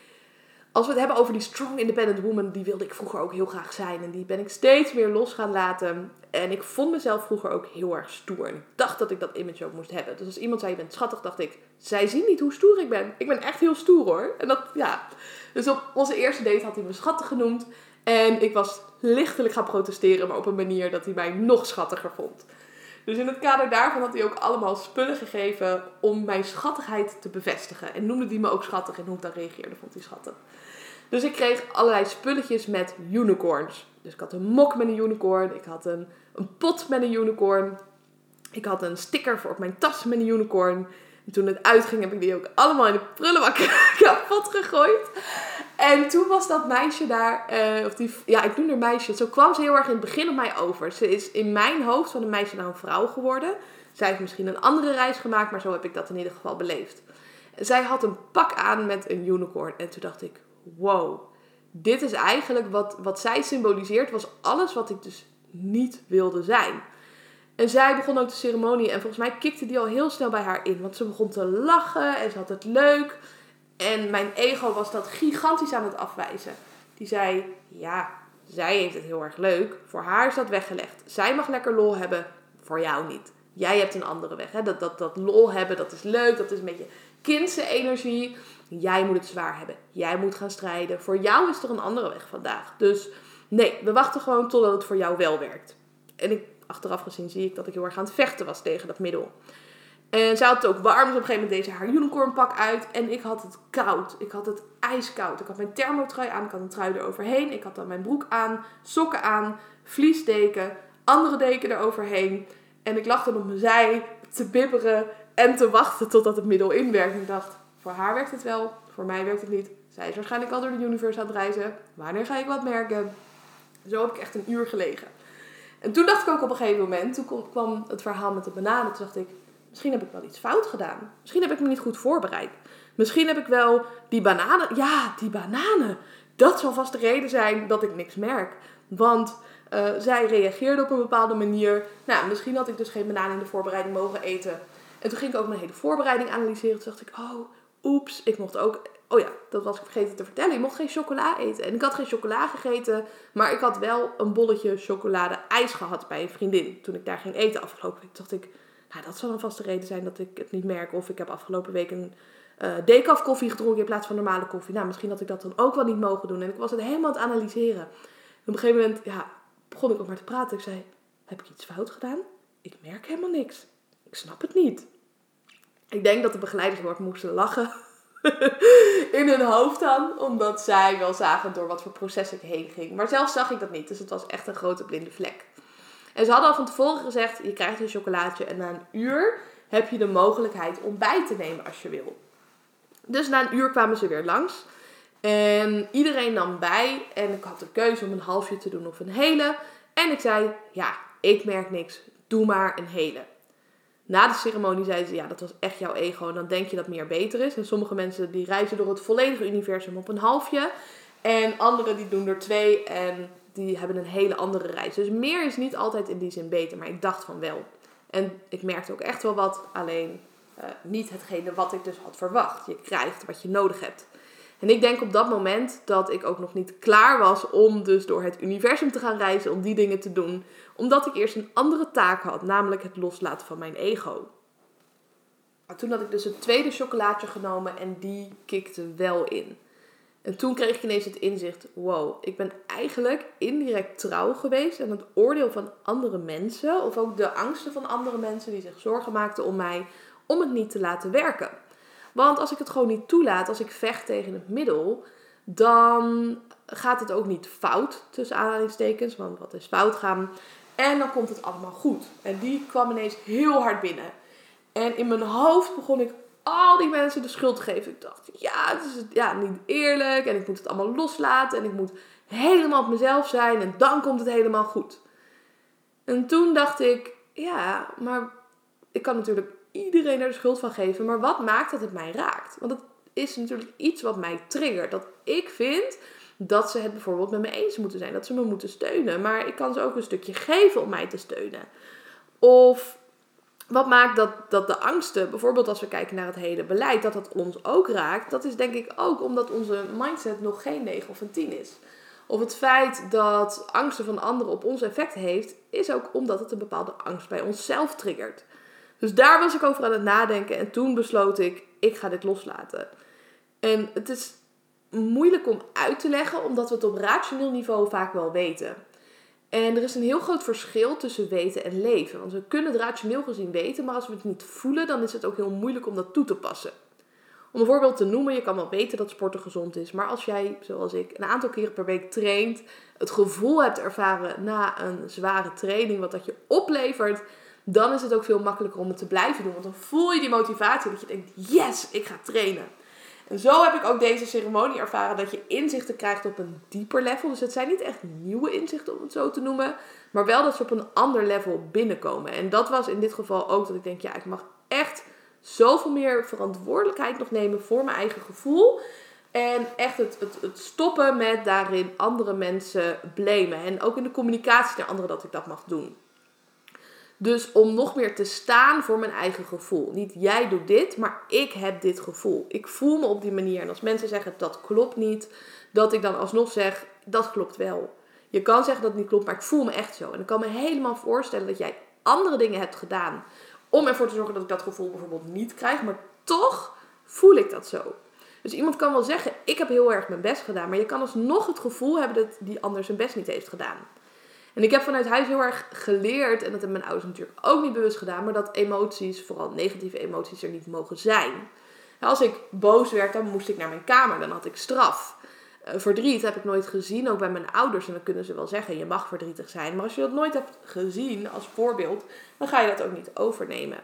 Als we het hebben over die strong independent woman, die wilde ik vroeger ook heel graag zijn. En die ben ik steeds meer los gaan laten. En ik vond mezelf vroeger ook heel erg stoer. En ik dacht dat ik dat image ook moest hebben. Dus als iemand zei, je bent schattig, dacht ik, zij zien niet hoe stoer ik ben. Ik ben echt heel stoer hoor. En dat, ja. Dus op onze eerste date had hij me schattig genoemd. En ik was lichtelijk gaan protesteren, maar op een manier dat hij mij nog schattiger vond. Dus in het kader daarvan had hij ook allemaal spullen gegeven om mijn schattigheid te bevestigen. En noemde die me ook schattig en hoe ik dan reageerde, vond hij schattig. Dus ik kreeg allerlei spulletjes met unicorns. Dus ik had een mok met een unicorn. Ik had een, een pot met een unicorn. Ik had een sticker voor op mijn tas met een unicorn. En toen het uitging heb ik die ook allemaal in de prullenbak kapot gegooid. En toen was dat meisje daar, uh, of die, ja ik noem haar meisje. Zo kwam ze heel erg in het begin op mij over. Ze is in mijn hoofd van een meisje naar een vrouw geworden. Zij heeft misschien een andere reis gemaakt, maar zo heb ik dat in ieder geval beleefd. Zij had een pak aan met een unicorn. En toen dacht ik, wow, dit is eigenlijk wat, wat zij symboliseert, was alles wat ik dus niet wilde zijn. En zij begon ook de ceremonie en volgens mij kikte die al heel snel bij haar in. Want ze begon te lachen en ze had het leuk. En mijn ego was dat gigantisch aan het afwijzen. Die zei, ja, zij heeft het heel erg leuk. Voor haar is dat weggelegd. Zij mag lekker lol hebben, voor jou niet. Jij hebt een andere weg. Hè? Dat, dat, dat lol hebben, dat is leuk, dat is een beetje kindse energie. Jij moet het zwaar hebben. Jij moet gaan strijden. Voor jou is er een andere weg vandaag. Dus nee, we wachten gewoon totdat het voor jou wel werkt. En ik, achteraf gezien zie ik dat ik heel erg aan het vechten was tegen dat middel. En zij had het ook warm. Dus op een gegeven moment deed ze haar unicornpak uit. En ik had het koud. Ik had het ijskoud. Ik had mijn thermotrui aan. Ik had een trui eroverheen. Ik had dan mijn broek aan. Sokken aan. Vliesdeken. Andere deken eroverheen. En ik lag dan op mijn zij te bibberen. En te wachten totdat het middel inwerkt. En ik dacht, voor haar werkt het wel. Voor mij werkt het niet. Zij is waarschijnlijk al door de universe aan het reizen. Wanneer ga ik wat merken? Zo heb ik echt een uur gelegen. En toen dacht ik ook op een gegeven moment. Toen kwam het verhaal met de bananen. Toen dacht ik, misschien heb ik wel iets fout gedaan. Misschien heb ik me niet goed voorbereid. Misschien heb ik wel die bananen. Ja, die bananen. Dat zal vast de reden zijn dat ik niks merk. Want uh, zij reageerde op een bepaalde manier. Nou, misschien had ik dus geen bananen in de voorbereiding mogen eten. En toen ging ik ook mijn hele voorbereiding analyseren. Toen dacht ik, oh, oeps, ik mocht ook... Oh ja, dat was ik vergeten te vertellen. Ik mocht geen chocola eten. En ik had geen chocola gegeten. Maar ik had wel een bolletje chocolade-ijs gehad bij een vriendin. Toen ik daar ging eten afgelopen week. Toen dacht ik, nou, dat zal een vaste reden zijn dat ik het niet merk. Of ik heb afgelopen week een uh, decaf koffie gedronken in plaats van normale koffie. Nou, misschien had ik dat dan ook wel niet mogen doen. En ik was het helemaal aan het analyseren. En op een gegeven moment, ja, begon ik ook maar te praten. Ik zei, heb ik iets fout gedaan? Ik merk helemaal niks. Ik snap het niet. Ik denk dat de begeleiders heel erg moesten lachen. In hun hoofd dan. Omdat zij wel zagen door wat voor proces ik heen ging. Maar zelf zag ik dat niet. Dus het was echt een grote blinde vlek. En ze hadden al van tevoren gezegd, je krijgt een chocolaatje. En na een uur heb je de mogelijkheid om bij te nemen als je wil. Dus na een uur kwamen ze weer langs. En iedereen nam bij. En ik had de keuze om een halfje te doen of een hele. En ik zei, ja, ik merk niks. Doe maar een hele. Na de ceremonie zeiden ze, ja, dat was echt jouw ego. En dan denk je dat meer beter is. En sommige mensen die reizen door het volledige universum op een halfje. En anderen die doen er twee en die hebben een hele andere reis. Dus meer is niet altijd in die zin beter. Maar ik dacht van wel. En ik merkte ook echt wel wat. Alleen, uh, niet hetgene wat ik dus had verwacht. Je krijgt wat je nodig hebt. En ik denk op dat moment dat ik ook nog niet klaar was om dus door het universum te gaan reizen, om die dingen te doen. Omdat ik eerst een andere taak had, namelijk het loslaten van mijn ego. Maar toen had ik dus het tweede chocolaatje genomen en die kikte wel in. En toen kreeg ik ineens het inzicht, wow, ik ben eigenlijk indirect trouw geweest aan het oordeel van andere mensen. Of ook de angsten van andere mensen die zich zorgen maakten om mij, om het niet te laten werken. Want als ik het gewoon niet toelaat, als ik vecht tegen het middel, dan gaat het ook niet fout, tussen aanhalingstekens. Want wat is fout gaan? En dan komt het allemaal goed. En die kwam ineens heel hard binnen. En in mijn hoofd begon ik al die mensen de schuld te geven. Ik dacht, ja, het is ja, niet eerlijk. En ik moet het allemaal loslaten. En ik moet helemaal op mezelf zijn. En dan komt het helemaal goed. En toen dacht ik, ja, maar ik kan natuurlijk iedereen er de schuld van geven. Maar wat maakt dat het mij raakt? Want het is natuurlijk iets wat mij triggert. Dat ik vind dat ze het bijvoorbeeld met me eens moeten zijn. Dat ze me moeten steunen. Maar ik kan ze ook een stukje geven om mij te steunen. Of wat maakt dat, dat de angsten, bijvoorbeeld als we kijken naar het hele beleid, dat dat ons ook raakt. Dat is denk ik ook omdat onze mindset nog geen negen of een tien is. Of het feit dat angsten van anderen op ons effect heeft, is ook omdat het een bepaalde angst bij onszelf triggert. Dus daar was ik over aan het nadenken en toen besloot ik, ik ga dit loslaten. En het is moeilijk om uit te leggen, omdat we het op rationeel niveau vaak wel weten. En er is een heel groot verschil tussen weten en leven. Want we kunnen het rationeel gezien weten, maar als we het niet voelen, dan is het ook heel moeilijk om dat toe te passen. Om een voorbeeld te noemen, je kan wel weten dat sporten gezond is. Maar als jij, zoals ik, een aantal keren per week traint, het gevoel hebt ervaren na een zware training, wat dat je oplevert, dan is het ook veel makkelijker om het te blijven doen. Want dan voel je die motivatie dat je denkt, yes, ik ga trainen. En zo heb ik ook deze ceremonie ervaren dat je inzichten krijgt op een dieper level. Dus het zijn niet echt nieuwe inzichten om het zo te noemen. Maar wel dat ze op een ander level binnenkomen. En dat was in dit geval ook dat ik denk, ja, ik mag echt zoveel meer verantwoordelijkheid nog nemen voor mijn eigen gevoel. En echt het, het, het stoppen met daarin andere mensen blamen. En ook in de communicatie naar anderen dat ik dat mag doen. Dus om nog meer te staan voor mijn eigen gevoel. Niet jij doet dit, maar ik heb dit gevoel. Ik voel me op die manier. En als mensen zeggen dat klopt niet, dat ik dan alsnog zeg dat klopt wel. Je kan zeggen dat het niet klopt, maar ik voel me echt zo. En ik kan me helemaal voorstellen dat jij andere dingen hebt gedaan om ervoor te zorgen dat ik dat gevoel bijvoorbeeld niet krijg. Maar toch voel ik dat zo. Dus iemand kan wel zeggen, ik heb heel erg mijn best gedaan. Maar je kan alsnog het gevoel hebben dat die ander zijn best niet heeft gedaan. En ik heb vanuit huis heel erg geleerd, en dat hebben mijn ouders natuurlijk ook niet bewust gedaan, maar dat emoties, vooral negatieve emoties, er niet mogen zijn. Als ik boos werd, dan moest ik naar mijn kamer, dan had ik straf. Uh, verdriet heb ik nooit gezien, ook bij mijn ouders. En dan kunnen ze wel zeggen, je mag verdrietig zijn. Maar als je dat nooit hebt gezien als voorbeeld, dan ga je dat ook niet overnemen.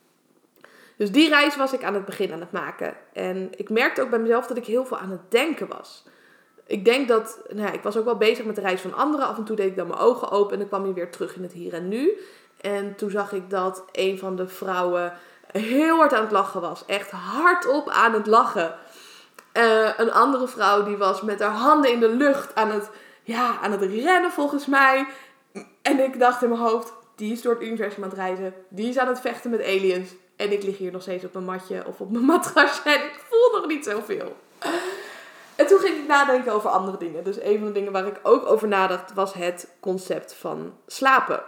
Dus die reis was ik aan het begin aan het maken. En ik merkte ook bij mezelf dat ik heel veel aan het denken was. Ik denk dat, nou ja, ik was ook wel bezig met de reis van anderen. Af en toe deed ik dan mijn ogen open en dan kwam je weer terug in het hier en nu. En toen zag ik dat een van de vrouwen heel hard aan het lachen was. Echt hardop aan het lachen. Uh, een andere vrouw die was met haar handen in de lucht aan het, ja, aan het rennen volgens mij. En ik dacht in mijn hoofd, die is door het universum aan het reizen. Die is aan het vechten met aliens. En ik lig hier nog steeds op mijn matje of op mijn matrasje en ik voel nog niet zoveel. En toen ging ik nadenken over andere dingen. Dus een van de dingen waar ik ook over nadacht was het concept van slapen.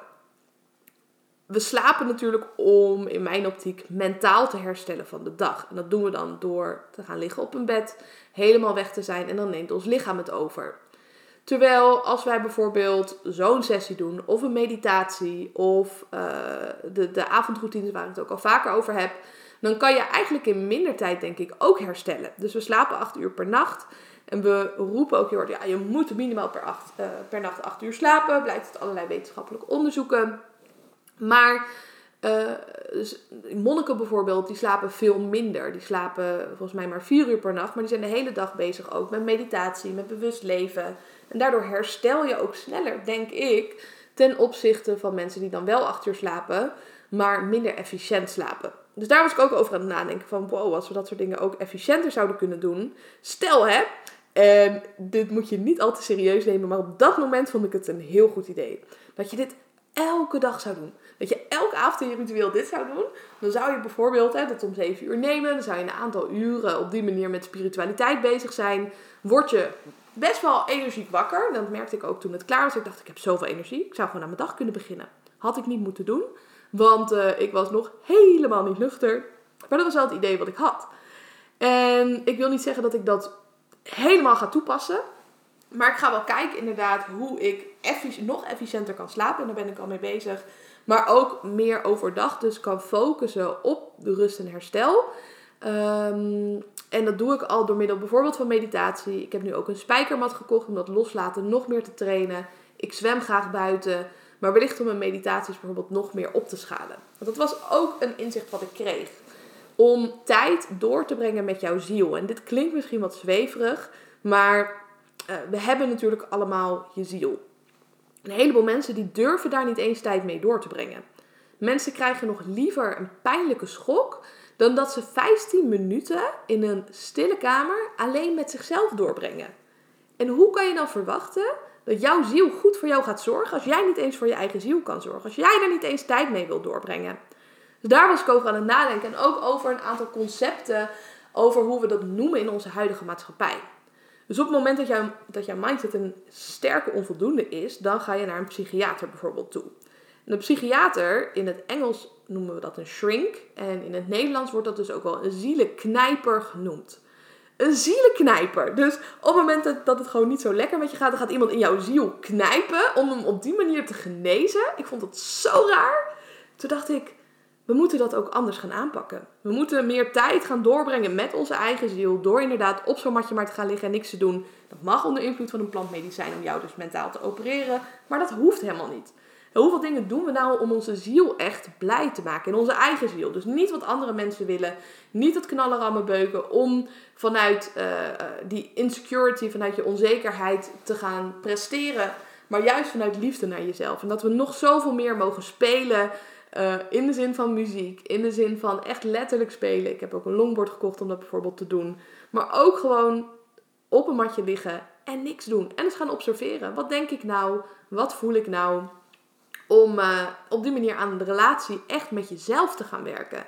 We slapen natuurlijk om, in mijn optiek, mentaal te herstellen van de dag. En dat doen we dan door te gaan liggen op een bed, helemaal weg te zijn en dan neemt ons lichaam het over. Terwijl als wij bijvoorbeeld zo'n sessie doen, of een meditatie, of uh, de, de avondroutines waar ik het ook al vaker over heb, dan kan je eigenlijk in minder tijd, denk ik, ook herstellen. Dus we slapen acht uur per nacht. En we roepen ook heel hard, ja, je moet minimaal per, acht, uh, per nacht acht uur slapen. Blijkt uit allerlei wetenschappelijke onderzoeken. Maar uh, dus monniken bijvoorbeeld, die slapen veel minder. Die slapen volgens mij maar vier uur per nacht. Maar die zijn de hele dag bezig ook met meditatie, met bewust leven. En daardoor herstel je ook sneller, denk ik, ten opzichte van mensen die dan wel acht uur slapen, maar minder efficiënt slapen. Dus daar was ik ook over aan het nadenken van, wow, als we dat soort dingen ook efficiënter zouden kunnen doen. Stel hè, en dit moet je niet al te serieus nemen, maar op dat moment vond ik het een heel goed idee. Dat je dit elke dag zou doen. Dat je elke avond in je ritueel dit zou doen. Dan zou je bijvoorbeeld hè, dat om zeven uur nemen. Dan zou je een aantal uren op die manier met spiritualiteit bezig zijn. Word je best wel energiek wakker. Dat merkte ik ook toen het klaar was. Ik dacht, ik heb zoveel energie. Ik zou gewoon aan mijn dag kunnen beginnen. Had ik niet moeten doen. Want uh, ik was nog helemaal niet nuchter. Maar dat was wel het idee wat ik had. En ik wil niet zeggen dat ik dat helemaal ga toepassen. Maar ik ga wel kijken inderdaad hoe ik effic- nog efficiënter kan slapen. En daar ben ik al mee bezig. Maar ook meer overdag. Dus kan focussen op de rust en herstel. Um, en dat doe ik al door middel bijvoorbeeld van meditatie. Ik heb nu ook een spijkermat gekocht om dat loslaten nog meer te trainen. Ik zwem graag buiten. Maar wellicht om mijn meditaties bijvoorbeeld nog meer op te schalen. Want dat was ook een inzicht wat ik kreeg. Om tijd door te brengen met jouw ziel. En dit klinkt misschien wat zweverig. Maar uh, we hebben natuurlijk allemaal je ziel. Een heleboel mensen die durven daar niet eens tijd mee door te brengen. Mensen krijgen nog liever een pijnlijke schok dan dat ze vijftien minuten in een stille kamer alleen met zichzelf doorbrengen. En hoe kan je dan verwachten dat jouw ziel goed voor jou gaat zorgen als jij niet eens voor je eigen ziel kan zorgen? Als jij daar niet eens tijd mee wilt doorbrengen. Dus daar was ik over aan het nadenken. En ook over een aantal concepten over hoe we dat noemen in onze huidige maatschappij. Dus op het moment dat, jou, dat jouw mindset een sterke onvoldoende is, dan ga je naar een psychiater bijvoorbeeld toe. En de psychiater, in het Engels noemen we dat een shrink. En in het Nederlands wordt dat dus ook wel een zielenknijper genoemd. Een zielenknijper. Dus op het moment dat, dat het gewoon niet zo lekker met je gaat, dan gaat iemand in jouw ziel knijpen om hem op die manier te genezen. Ik vond dat zo raar. Toen dacht ik, we moeten dat ook anders gaan aanpakken. We moeten meer tijd gaan doorbrengen met onze eigen ziel. Door inderdaad op zo'n matje maar te gaan liggen en niks te doen. Dat mag onder invloed van een plantmedicijn om jou dus mentaal te opereren. Maar dat hoeft helemaal niet. En hoeveel dingen doen we nou om onze ziel echt blij te maken? In onze eigen ziel. Dus niet wat andere mensen willen. Niet het knallen, rammen, beuken. Om vanuit uh, die insecurity, vanuit je onzekerheid te gaan presteren. Maar juist vanuit liefde naar jezelf. En dat we nog zoveel meer mogen spelen. Uh, in de zin van muziek. In de zin van echt letterlijk spelen. Ik heb ook een longboard gekocht om dat bijvoorbeeld te doen. Maar ook gewoon op een matje liggen en niks doen. En eens gaan observeren. Wat denk ik nou? Wat voel ik nou? Om uh, op die manier aan de relatie echt met jezelf te gaan werken.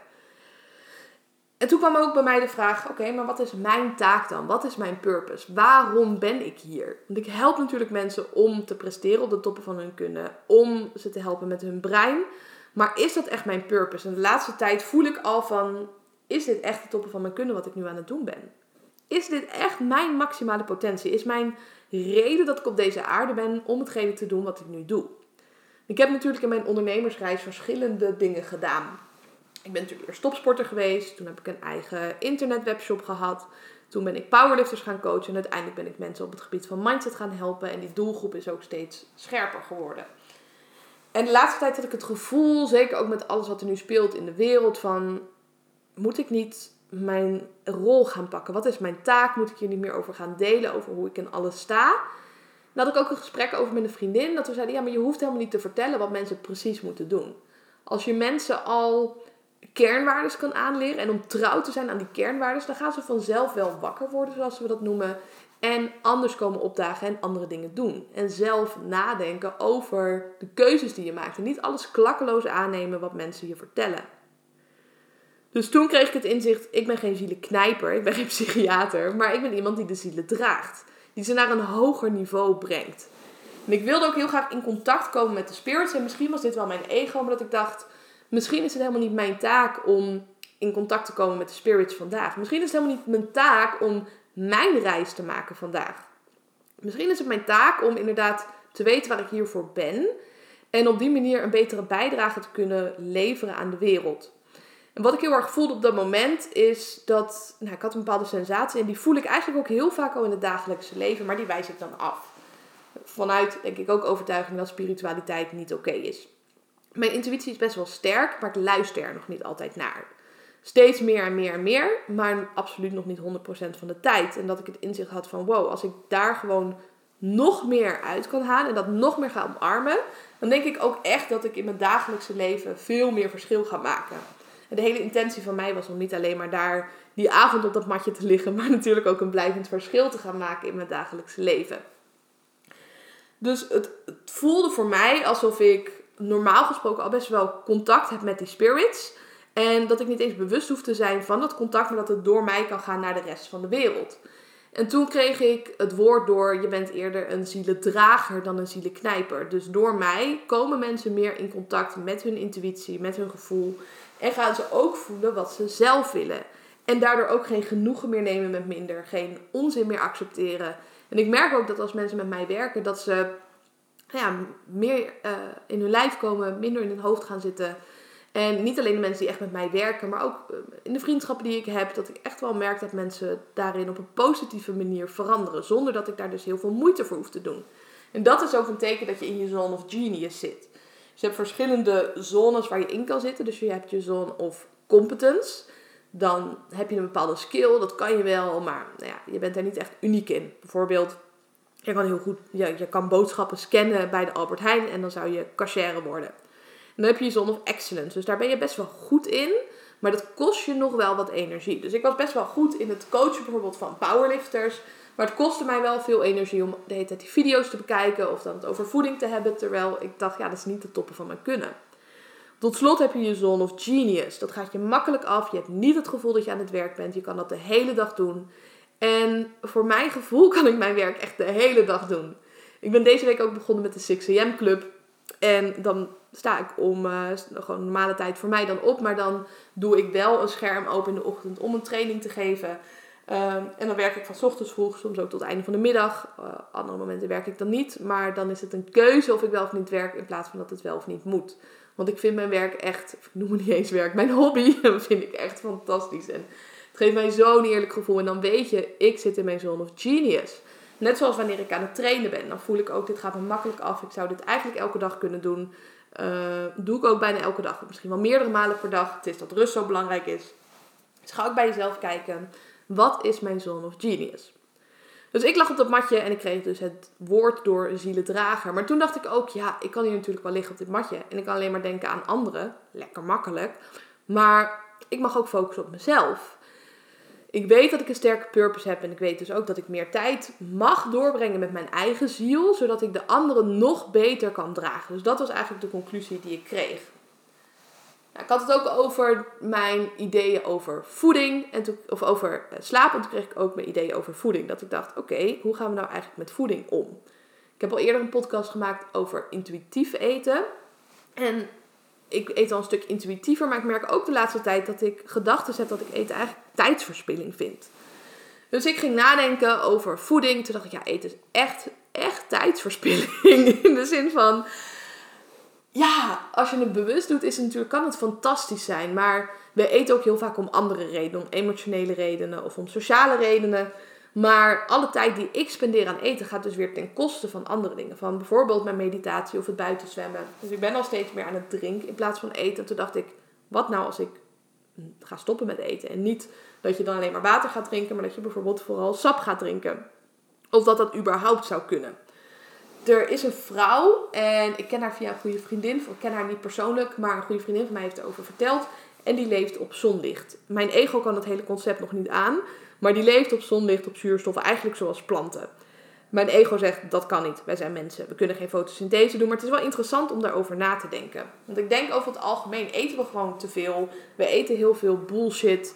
En toen kwam ook bij mij de vraag, oké, okay, maar wat is mijn taak dan? Wat is mijn purpose? Waarom ben ik hier? Want ik help natuurlijk mensen om te presteren op de toppen van hun kunnen. Om ze te helpen met hun brein. Maar is dat echt mijn purpose? En de laatste tijd voel ik al van, is dit echt de toppen van mijn kunnen wat ik nu aan het doen ben? Is dit echt mijn maximale potentie? Is mijn reden dat ik op deze aarde ben om hetgene te doen wat ik nu doe? Ik heb natuurlijk in mijn ondernemersreis verschillende dingen gedaan. Ik ben natuurlijk eerst topsporter geweest. Toen heb ik een eigen internetwebshop gehad. Toen ben ik powerlifters gaan coachen. En uiteindelijk ben ik mensen op het gebied van mindset gaan helpen. En die doelgroep is ook steeds scherper geworden. En de laatste tijd had ik het gevoel, zeker ook met alles wat er nu speelt in de wereld, van moet ik niet mijn rol gaan pakken? Wat is mijn taak? Moet ik hier niet meer over gaan delen, over hoe ik in alles sta? Dan had ik ook een gesprek over met een vriendin, dat we zeiden, ja, maar je hoeft helemaal niet te vertellen wat mensen precies moeten doen. Als je mensen al kernwaardes kan aanleren en om trouw te zijn aan die kernwaardes, dan gaan ze vanzelf wel wakker worden, zoals we dat noemen. En anders komen opdagen en andere dingen doen. En zelf nadenken over de keuzes die je maakt. En niet alles klakkeloos aannemen wat mensen je vertellen. Dus toen kreeg ik het inzicht, ik ben geen zielenknijper, ik ben geen psychiater. Maar ik ben iemand die de zielen draagt. Die ze naar een hoger niveau brengt. En ik wilde ook heel graag in contact komen met de spirits. En misschien was dit wel mijn ego, maar dat ik dacht, misschien is het helemaal niet mijn taak om in contact te komen met de spirits vandaag. Misschien is het helemaal niet mijn taak om mijn reis te maken vandaag. Misschien is het mijn taak om inderdaad te weten waar ik hiervoor ben. En op die manier een betere bijdrage te kunnen leveren aan de wereld. En wat ik heel erg voelde op dat moment is dat, nou, ik had een bepaalde sensatie. En die voel ik eigenlijk ook heel vaak al in het dagelijkse leven. Maar die wijs ik dan af. Vanuit, denk ik, ook overtuiging dat spiritualiteit niet oké is. Mijn intuïtie is best wel sterk, maar ik luister er nog niet altijd naar. Steeds meer en meer en meer, maar absoluut nog niet honderd procent van de tijd. En dat ik het inzicht had van, wow, als ik daar gewoon nog meer uit kan halen en dat nog meer ga omarmen, dan denk ik ook echt dat ik in mijn dagelijkse leven veel meer verschil ga maken. En de hele intentie van mij was om niet alleen maar daar die avond op dat matje te liggen, maar natuurlijk ook een blijvend verschil te gaan maken in mijn dagelijkse leven. Dus het, het voelde voor mij alsof ik normaal gesproken al best wel contact heb met die spirits. En dat ik niet eens bewust hoef te zijn van dat contact, maar dat het door mij kan gaan naar de rest van de wereld. En toen kreeg ik het woord door, je bent eerder een zielendrager dan een zielenknijper. Dus door mij komen mensen meer in contact met hun intuïtie, met hun gevoel. En gaan ze ook voelen wat ze zelf willen. En daardoor ook geen genoegen meer nemen met minder. Geen onzin meer accepteren. En ik merk ook dat als mensen met mij werken, dat ze ja, meer uh, in hun lijf komen, minder in hun hoofd gaan zitten. En niet alleen de mensen die echt met mij werken, maar ook in de vriendschappen die ik heb, dat ik echt wel merk dat mensen daarin op een positieve manier veranderen. Zonder dat ik daar dus heel veel moeite voor hoef te doen. En dat is ook een teken dat je in je zone of genius zit. Dus je hebt verschillende zones waar je in kan zitten. Dus je hebt je zone of competence. Dan heb je een bepaalde skill, dat kan je wel, maar nou ja, je bent daar niet echt uniek in. Bijvoorbeeld, je kan heel goed, ja, je kan boodschappen scannen bij de Albert Heijn en dan zou je cashier worden. En dan heb je je zone of excellence, dus daar ben je best wel goed in, maar dat kost je nog wel wat energie. Dus ik was best wel goed in het coachen bijvoorbeeld van powerlifters, maar het kostte mij wel veel energie om de hele tijd die video's te bekijken of dan het over voeding te hebben, terwijl ik dacht, ja, dat is niet de toppen van mijn kunnen. Tot slot heb je je zone of genius. Dat gaat je makkelijk af. Je hebt niet het gevoel dat je aan het werk bent. Je kan dat de hele dag doen. En voor mijn gevoel kan ik mijn werk echt de hele dag doen. Ik ben deze week ook begonnen met de zes a.m. club. En dan sta ik om uh, gewoon normale tijd voor mij dan op. Maar dan doe ik wel een scherm open in de ochtend om een training te geven. Uh, en dan werk ik van 's ochtends vroeg, soms ook tot het einde van de middag. Uh, andere momenten werk ik dan niet. Maar dan is het een keuze of ik wel of niet werk in plaats van dat het wel of niet moet. Want ik vind mijn werk echt, ik noem het niet eens werk, mijn hobby, dat vind ik echt fantastisch. En het geeft mij zo'n eerlijk gevoel. En dan weet je, ik zit in mijn zone of genius. Net zoals wanneer ik aan het trainen ben. Dan voel ik ook, dit gaat me makkelijk af. Ik zou dit eigenlijk elke dag kunnen doen. Uh, doe ik ook bijna elke dag. Misschien wel meerdere malen per dag. Het is dat rust zo belangrijk is. Dus ga ook bij jezelf kijken. Wat is mijn zone of genius? Dus ik lag op dat matje en ik kreeg dus het woord door een zielendrager. Maar toen dacht ik ook, ja, ik kan hier natuurlijk wel liggen op dit matje. En ik kan alleen maar denken aan anderen. Lekker makkelijk. Maar ik mag ook focussen op mezelf. Ik weet dat ik een sterke purpose heb. En ik weet dus ook dat ik meer tijd mag doorbrengen met mijn eigen ziel. Zodat ik de anderen nog beter kan dragen. Dus dat was eigenlijk de conclusie die ik kreeg. Nou, ik had het ook over mijn ideeën over voeding, en toen, of over slapen. En toen kreeg ik ook mijn ideeën over voeding. Dat ik dacht, oké, okay, hoe gaan we nou eigenlijk met voeding om? Ik heb al eerder een podcast gemaakt over intuïtief eten. En ik eet al een stuk intuïtiever, maar ik merk ook de laatste tijd dat ik gedachten heb dat ik eten eigenlijk tijdsverspilling vind. Dus ik ging nadenken over voeding. Toen dacht ik, ja, eten is echt, echt tijdsverspilling. In de zin van, ja, als je het bewust doet, is het natuurlijk, kan het fantastisch zijn. Maar we eten ook heel vaak om andere redenen. Om emotionele redenen of om sociale redenen. Maar alle tijd die ik spendeer aan eten gaat dus weer ten koste van andere dingen. Van bijvoorbeeld mijn meditatie of het buiten zwemmen. Dus ik ben al steeds meer aan het drinken in plaats van eten. En toen dacht ik, wat nou als ik ga stoppen met eten? En niet dat je dan alleen maar water gaat drinken, maar dat je bijvoorbeeld vooral sap gaat drinken. Of dat dat überhaupt zou kunnen. Er is een vrouw en ik ken haar via een goede vriendin. Ik ken haar niet persoonlijk, maar een goede vriendin van mij heeft erover verteld. En die leeft op zonlicht. Mijn ego kan het hele concept nog niet aan. Maar die leeft op zonlicht, op zuurstof, eigenlijk zoals planten. Mijn ego zegt, dat kan niet. Wij zijn mensen. We kunnen geen fotosynthese doen. Maar het is wel interessant om daarover na te denken. Want ik denk over het algemeen eten we gewoon te veel. We eten heel veel bullshit.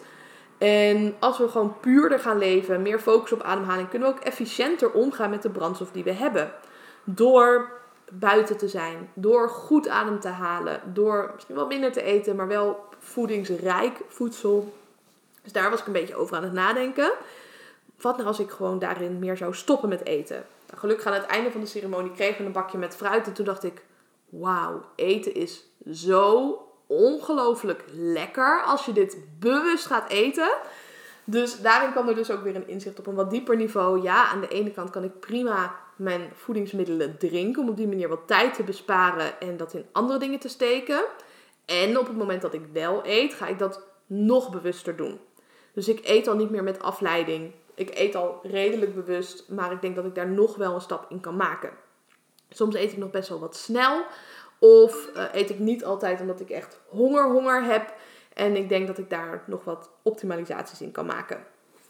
En als we gewoon puurder gaan leven, meer focus op ademhaling, kunnen we ook efficiënter omgaan met de brandstof die we hebben. Door buiten te zijn, door goed adem te halen, door misschien wel minder te eten, maar wel voedingsrijk voedsel. Dus daar was ik een beetje over aan het nadenken. Wat nou als ik gewoon daarin meer zou stoppen met eten? Nou, gelukkig aan het einde van de ceremonie kregen we een bakje met fruit. En toen dacht ik, wauw, eten is zo ongelooflijk lekker als je dit bewust gaat eten. Dus daarin kwam er dus ook weer een inzicht op een wat dieper niveau. Ja, aan de ene kant kan ik prima mijn voedingsmiddelen drinken om op die manier wat tijd te besparen en dat in andere dingen te steken. En op het moment dat ik wel eet, ga ik dat nog bewuster doen. Dus ik eet al niet meer met afleiding. Ik eet al redelijk bewust, maar ik denk dat ik daar nog wel een stap in kan maken. Soms eet ik nog best wel wat snel. Of uh, eet ik niet altijd omdat ik echt honger, honger heb. En ik denk dat ik daar nog wat optimalisaties in kan maken.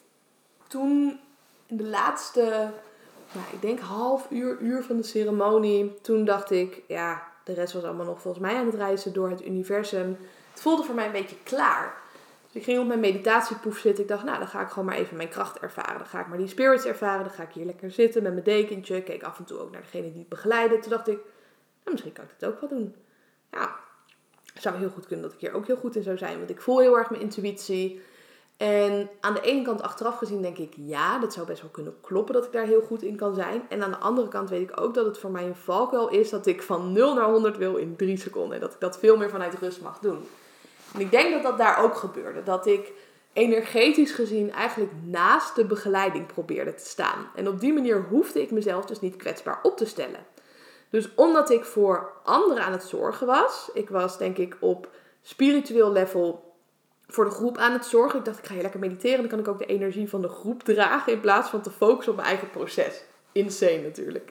Toen in de laatste, nou, ik denk half uur, uur van de ceremonie, toen dacht ik, ja, de rest was allemaal nog volgens mij aan het reizen door het universum. Het voelde voor mij een beetje klaar. Dus ik ging op mijn meditatiepoef zitten. Ik dacht, nou, dan ga ik gewoon maar even mijn kracht ervaren. Dan ga ik maar die spirits ervaren. Dan ga ik hier lekker zitten met mijn dekentje. Ik keek af en toe ook naar degene die het begeleidde. Toen dacht ik, nou, misschien kan ik het ook wel doen. Ja, het zou heel goed kunnen dat ik hier ook heel goed in zou zijn. Want ik voel heel erg mijn intuïtie. En aan de ene kant achteraf gezien denk ik, ja, dat zou best wel kunnen kloppen dat ik daar heel goed in kan zijn. En aan de andere kant weet ik ook dat het voor mij een valkuil is dat ik van nul naar honderd wil in drie seconden. En dat ik dat veel meer vanuit rust mag doen. En ik denk dat dat daar ook gebeurde. Dat ik energetisch gezien eigenlijk naast de begeleiding probeerde te staan. En op die manier hoefde ik mezelf dus niet kwetsbaar op te stellen. Dus omdat ik voor anderen aan het zorgen was, ik was denk ik op spiritueel level voor de groep aan het zorgen. Ik dacht, ik ga hier lekker mediteren. Dan kan ik ook de energie van de groep dragen in plaats van te focussen op mijn eigen proces. Insane natuurlijk.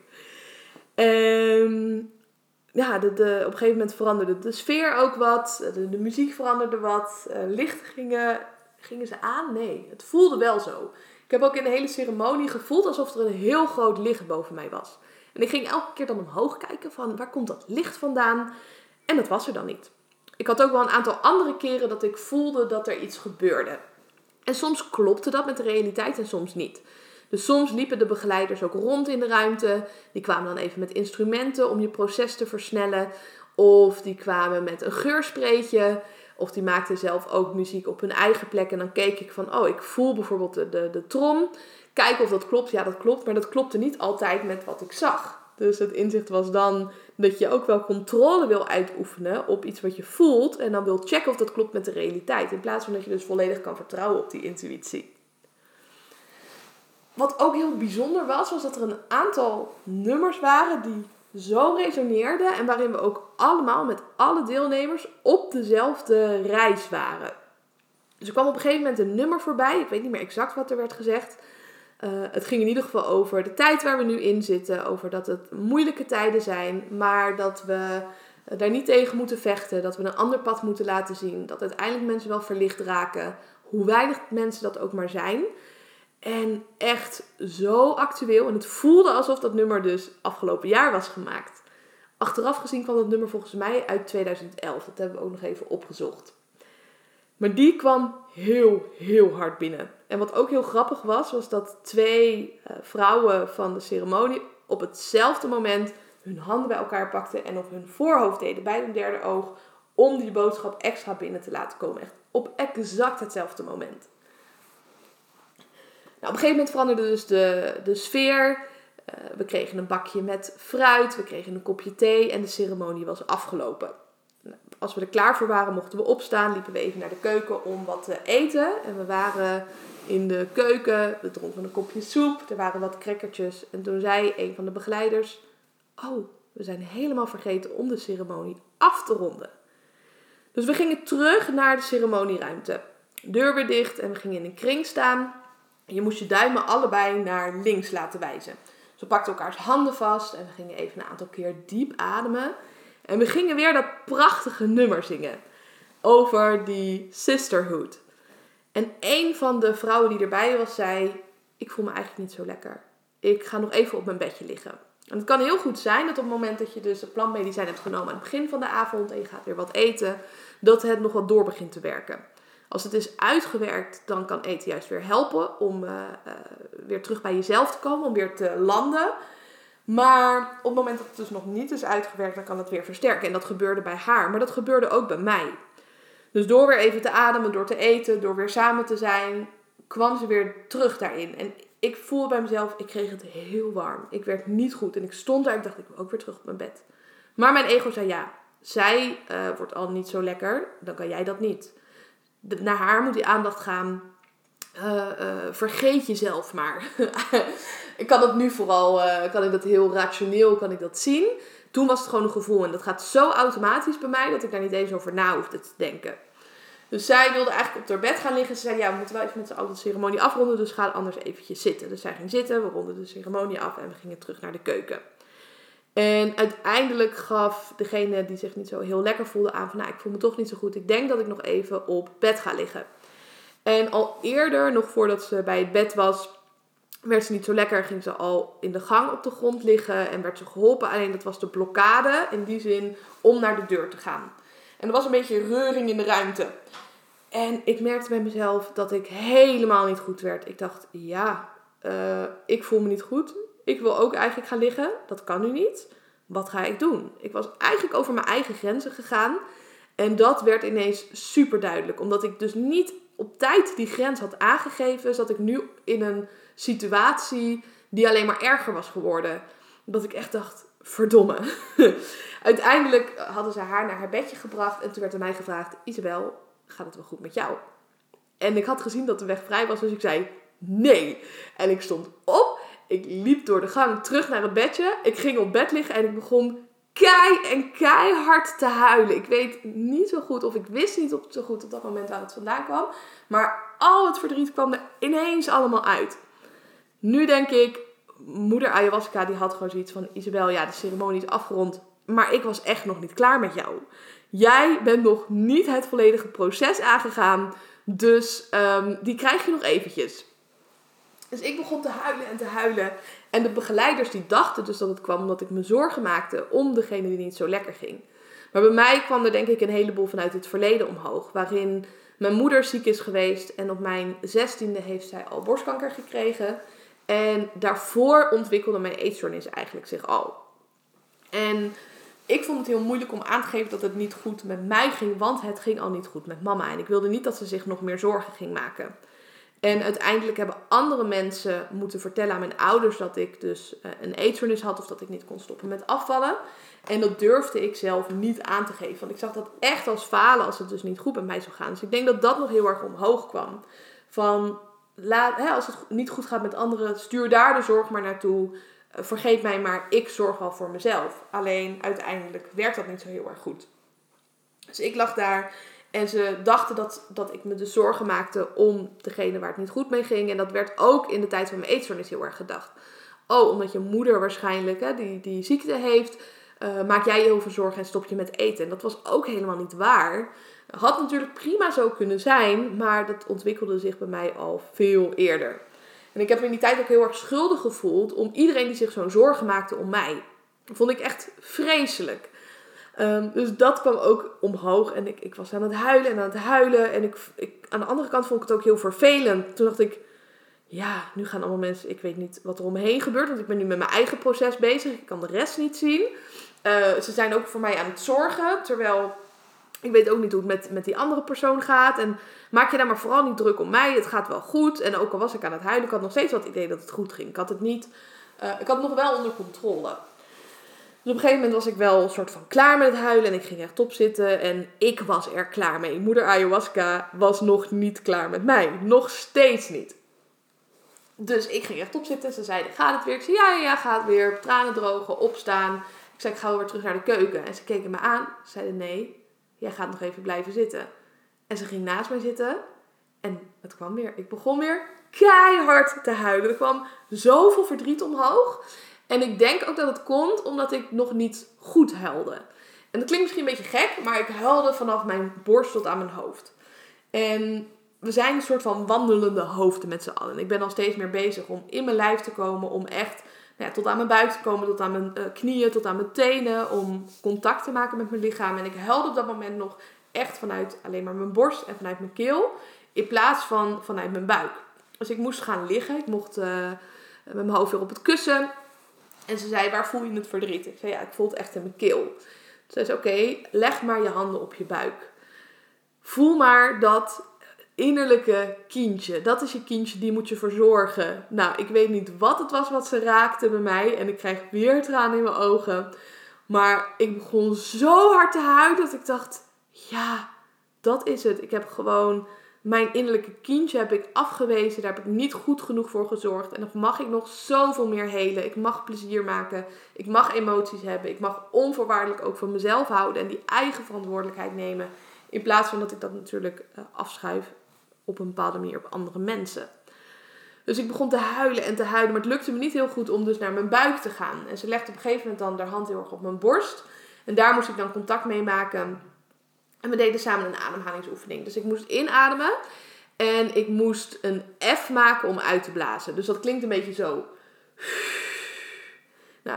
En ja, de, de, op een gegeven moment veranderde de sfeer ook wat. De, de muziek veranderde wat. Uh, lichten gingen, gingen ze aan? Nee, het voelde wel zo. Ik heb ook in de hele ceremonie gevoeld alsof er een heel groot licht boven mij was. En ik ging elke keer dan omhoog kijken van waar komt dat licht vandaan? En dat was er dan niet. Ik had ook wel een aantal andere keren dat ik voelde dat er iets gebeurde. En soms klopte dat met de realiteit en soms niet. Dus soms liepen de begeleiders ook rond in de ruimte. Die kwamen dan even met instrumenten om je proces te versnellen. Of die kwamen met een geurspreetje. Of die maakten zelf ook muziek op hun eigen plek. En dan keek ik van, oh, ik voel bijvoorbeeld de, de, de trom. Kijken of dat klopt. Ja, dat klopt. Maar dat klopte niet altijd met wat ik zag. Dus het inzicht was dan dat je ook wel controle wil uitoefenen op iets wat je voelt. En dan wil checken of dat klopt met de realiteit. In plaats van dat je dus volledig kan vertrouwen op die intuïtie. Wat ook heel bijzonder was, was dat er een aantal nummers waren die zo resoneerden. En waarin we ook allemaal met alle deelnemers op dezelfde reis waren. Dus er kwam op een gegeven moment een nummer voorbij. Ik weet niet meer exact wat er werd gezegd. Uh, het ging in ieder geval over de tijd waar we nu in zitten. Over dat het moeilijke tijden zijn. Maar dat we daar niet tegen moeten vechten. Dat we een ander pad moeten laten zien. Dat uiteindelijk mensen wel verlicht raken. Hoe weinig mensen dat ook maar zijn. En echt zo actueel. En het voelde alsof dat nummer dus afgelopen jaar was gemaakt. Achteraf gezien kwam dat nummer volgens mij uit tweeduizend elf. Dat hebben we ook nog even opgezocht. Maar die kwam heel, heel hard binnen. En wat ook heel grappig was, was dat twee uh, vrouwen van de ceremonie op hetzelfde moment hun handen bij elkaar pakten en op hun voorhoofd deden, bij hun derde oog, om die boodschap extra binnen te laten komen. Echt op exact hetzelfde moment. Nou, op een gegeven moment veranderde dus de, de sfeer. Uh, we kregen een bakje met fruit, we kregen een kopje thee en de ceremonie was afgelopen. Als we er klaar voor waren, mochten we opstaan, liepen we even naar de keuken om wat te eten. En we waren in de keuken, we dronken een kopje soep, er waren wat crackertjes. En toen zei een van de begeleiders, oh, we zijn helemaal vergeten om de ceremonie af te ronden. Dus we gingen terug naar de ceremonieruimte. Deur weer dicht en we gingen in een kring staan. En je moest je duimen allebei naar links laten wijzen. Dus we pakten elkaars handen vast en we gingen even een aantal keer diep ademen. En we gingen weer dat prachtige nummer zingen. Over die sisterhood. En een van de vrouwen die erbij was, zei, ik voel me eigenlijk niet zo lekker. Ik ga nog even op mijn bedje liggen. En het kan heel goed zijn dat op het moment dat je dus het plantmedicijn hebt genomen aan het begin van de avond en je gaat weer wat eten, dat het nog wat door begint te werken. Als het is uitgewerkt, dan kan eten juist weer helpen om uh, uh, weer terug bij jezelf te komen, om weer te landen. Maar op het moment dat het dus nog niet is uitgewerkt, dan kan het weer versterken. En dat gebeurde bij haar, maar dat gebeurde ook bij mij. Dus door weer even te ademen, door te eten, door weer samen te zijn, kwam ze weer terug daarin. En ik voelde bij mezelf, ik kreeg het heel warm. Ik werd niet goed en ik stond daar en ik dacht, ik wil ook weer terug op mijn bed. Maar mijn ego zei, ja, zij uh, wordt al niet zo lekker, dan kan jij dat niet. De, naar haar moet die aandacht gaan. Uh, uh, vergeet jezelf maar. Ik kan dat nu vooral, uh, kan ik dat heel rationeel, kan ik dat zien. Toen was het gewoon een gevoel en dat gaat zo automatisch bij mij dat ik daar niet eens over na hoefde te denken. Dus zij wilde eigenlijk op haar bed gaan liggen. Ze zei, ja, we moeten wel even met z'n allen de ceremonie afronden, dus ga anders eventjes zitten. Dus zij ging zitten, we ronden de ceremonie af en we gingen terug naar de keuken. En uiteindelijk gaf degene die zich niet zo heel lekker voelde aan van, nou, ik voel me toch niet zo goed. Ik denk dat ik nog even op bed ga liggen. En al eerder, nog voordat ze bij het bed was, werd ze niet zo lekker, ging ze al in de gang op de grond liggen en werd ze geholpen. Alleen dat was de blokkade, in die zin, om naar de deur te gaan. En er was een beetje reuring in de ruimte. En ik merkte bij mezelf dat ik helemaal niet goed werd. Ik dacht, ja, uh, ik voel me niet goed. Ik wil ook eigenlijk gaan liggen. Dat kan nu niet. Wat ga ik doen? Ik was eigenlijk over mijn eigen grenzen gegaan. En dat werd ineens super duidelijk. Omdat ik dus niet op tijd die grens had aangegeven, zat ik nu in een situatie die alleen maar erger was geworden. Dat ik echt dacht, verdomme. Uiteindelijk hadden ze haar naar haar bedje gebracht. En toen werd er mij gevraagd, Isabel, gaat het wel goed met jou? En ik had gezien dat de weg vrij was, dus ik zei nee. En ik stond op, ik liep door de gang terug naar het bedje. Ik ging op bed liggen en ik begon kei en keihard te huilen. Ik weet niet zo goed, of ik wist niet zo goed op dat moment waar het vandaan kwam. Maar al het verdriet kwam er ineens allemaal uit. Nu denk ik, moeder Ayahuasca die had gewoon zoiets van, Isabel, ja, de ceremonie is afgerond. Maar ik was echt nog niet klaar met jou. Jij bent nog niet het volledige proces aangegaan. Dus um, die krijg je nog eventjes. Dus ik begon te huilen en te huilen. En de begeleiders die dachten dus dat het kwam omdat ik me zorgen maakte om degene die niet zo lekker ging. Maar bij mij kwam er denk ik een heleboel vanuit het verleden omhoog. Waarin mijn moeder ziek is geweest. En op mijn zestiende heeft zij al borstkanker gekregen. En daarvoor ontwikkelde mijn eetstoornis eigenlijk zich al. En ik vond het heel moeilijk om aan te geven dat het niet goed met mij ging. Want het ging al niet goed met mama. En ik wilde niet dat ze zich nog meer zorgen ging maken. En uiteindelijk hebben andere mensen moeten vertellen aan mijn ouders dat ik dus een eetstoornis had. Of dat ik niet kon stoppen met afvallen. En dat durfde ik zelf niet aan te geven. Want ik zag dat echt als falen als het dus niet goed met mij zou gaan. Dus ik denk dat dat nog heel erg omhoog kwam. Van, laat, hè, als het niet goed gaat met anderen, stuur daar de zorg maar naartoe. Vergeet mij maar, ik zorg wel voor mezelf. Alleen uiteindelijk werkt dat niet zo heel erg goed. Dus ik lag daar en ze dachten dat, dat ik me dus zorgen maakte om degene waar het niet goed mee ging. En dat werd ook in de tijd van mijn eetstoornis heel erg gedacht. Oh, omdat je moeder waarschijnlijk hè, die, die ziekte heeft, uh, maak jij je heel veel zorgen en stop je met eten. En dat was ook helemaal niet waar. Had natuurlijk prima zo kunnen zijn, maar dat ontwikkelde zich bij mij al veel eerder. En ik heb me in die tijd ook heel erg schuldig gevoeld om iedereen die zich zo'n zorgen maakte om mij. Dat vond ik echt vreselijk. Um, dus dat kwam ook omhoog en ik, ik was aan het huilen en aan het huilen. En ik, ik, aan de andere kant vond ik het ook heel vervelend. Toen dacht ik, ja, nu gaan allemaal mensen, ik weet niet wat er om me heen gebeurt. Want ik ben nu met mijn eigen proces bezig. Ik kan de rest niet zien. Uh, ze zijn ook voor mij aan het zorgen, terwijl ik weet ook niet hoe het met, met die andere persoon gaat. En maak je daar maar vooral niet druk om mij. Het gaat wel goed. En ook al was ik aan het huilen, ik had nog steeds wel het idee dat het goed ging. Ik had het niet, uh, ik had het nog wel onder controle. Dus op een gegeven moment was ik wel een soort van klaar met het huilen. En ik ging rechtop zitten. En ik was er klaar mee. Moeder Ayahuasca was nog niet klaar met mij. Nog steeds niet. Dus ik ging rechtop zitten. Ze zeiden, gaat het weer? Ik zei, ja, ja, ja, gaat het weer. Tranen drogen, opstaan. Ik zei, ik ga weer terug naar de keuken. En ze keken me aan. Ze zeiden, nee, jij gaat nog even blijven zitten. En ze ging naast mij zitten. En het kwam weer. Ik begon weer keihard te huilen. Er kwam zoveel verdriet omhoog. En ik denk ook dat het komt omdat ik nog niet goed huilde. En dat klinkt misschien een beetje gek, maar ik huilde vanaf mijn borst tot aan mijn hoofd. En we zijn een soort van wandelende hoofden met z'n allen. En ik ben al steeds meer bezig om in mijn lijf te komen, om echt nou ja, tot aan mijn buik te komen, tot aan mijn uh, knieën, tot aan mijn tenen, om contact te maken met mijn lichaam. En ik huilde op dat moment nog echt vanuit alleen maar mijn borst en vanuit mijn keel, in plaats van vanuit mijn buik. Dus ik moest gaan liggen, ik mocht uh, met mijn hoofd weer op het kussen. En ze zei, waar voel je het verdriet? Ik zei, ja, ik voel het echt in mijn keel. Toen zei ze, oké, okay, leg maar je handen op je buik. Voel maar dat innerlijke kindje. Dat is je kindje, die moet je verzorgen. Nou, ik weet niet wat het was wat ze raakte bij mij. En ik krijg weer tranen in mijn ogen. Maar ik begon zo hard te huilen dat ik dacht, ja, dat is het. Ik heb gewoon mijn innerlijke kindje heb ik afgewezen. Daar heb ik niet goed genoeg voor gezorgd. En dan mag ik nog zoveel meer helen. Ik mag plezier maken. Ik mag emoties hebben. Ik mag onvoorwaardelijk ook van mezelf houden. En die eigen verantwoordelijkheid nemen. In plaats van dat ik dat natuurlijk uh, afschuif op een bepaalde manier op andere mensen. Dus ik begon te huilen en te huilen. Maar het lukte me niet heel goed om dus naar mijn buik te gaan. En ze legde op een gegeven moment dan haar hand heel erg op mijn borst. En daar moest ik dan contact mee maken. En we deden samen een ademhalingsoefening. Dus ik moest inademen. En ik moest een F maken om uit te blazen. Dus dat klinkt een beetje zo. Nou,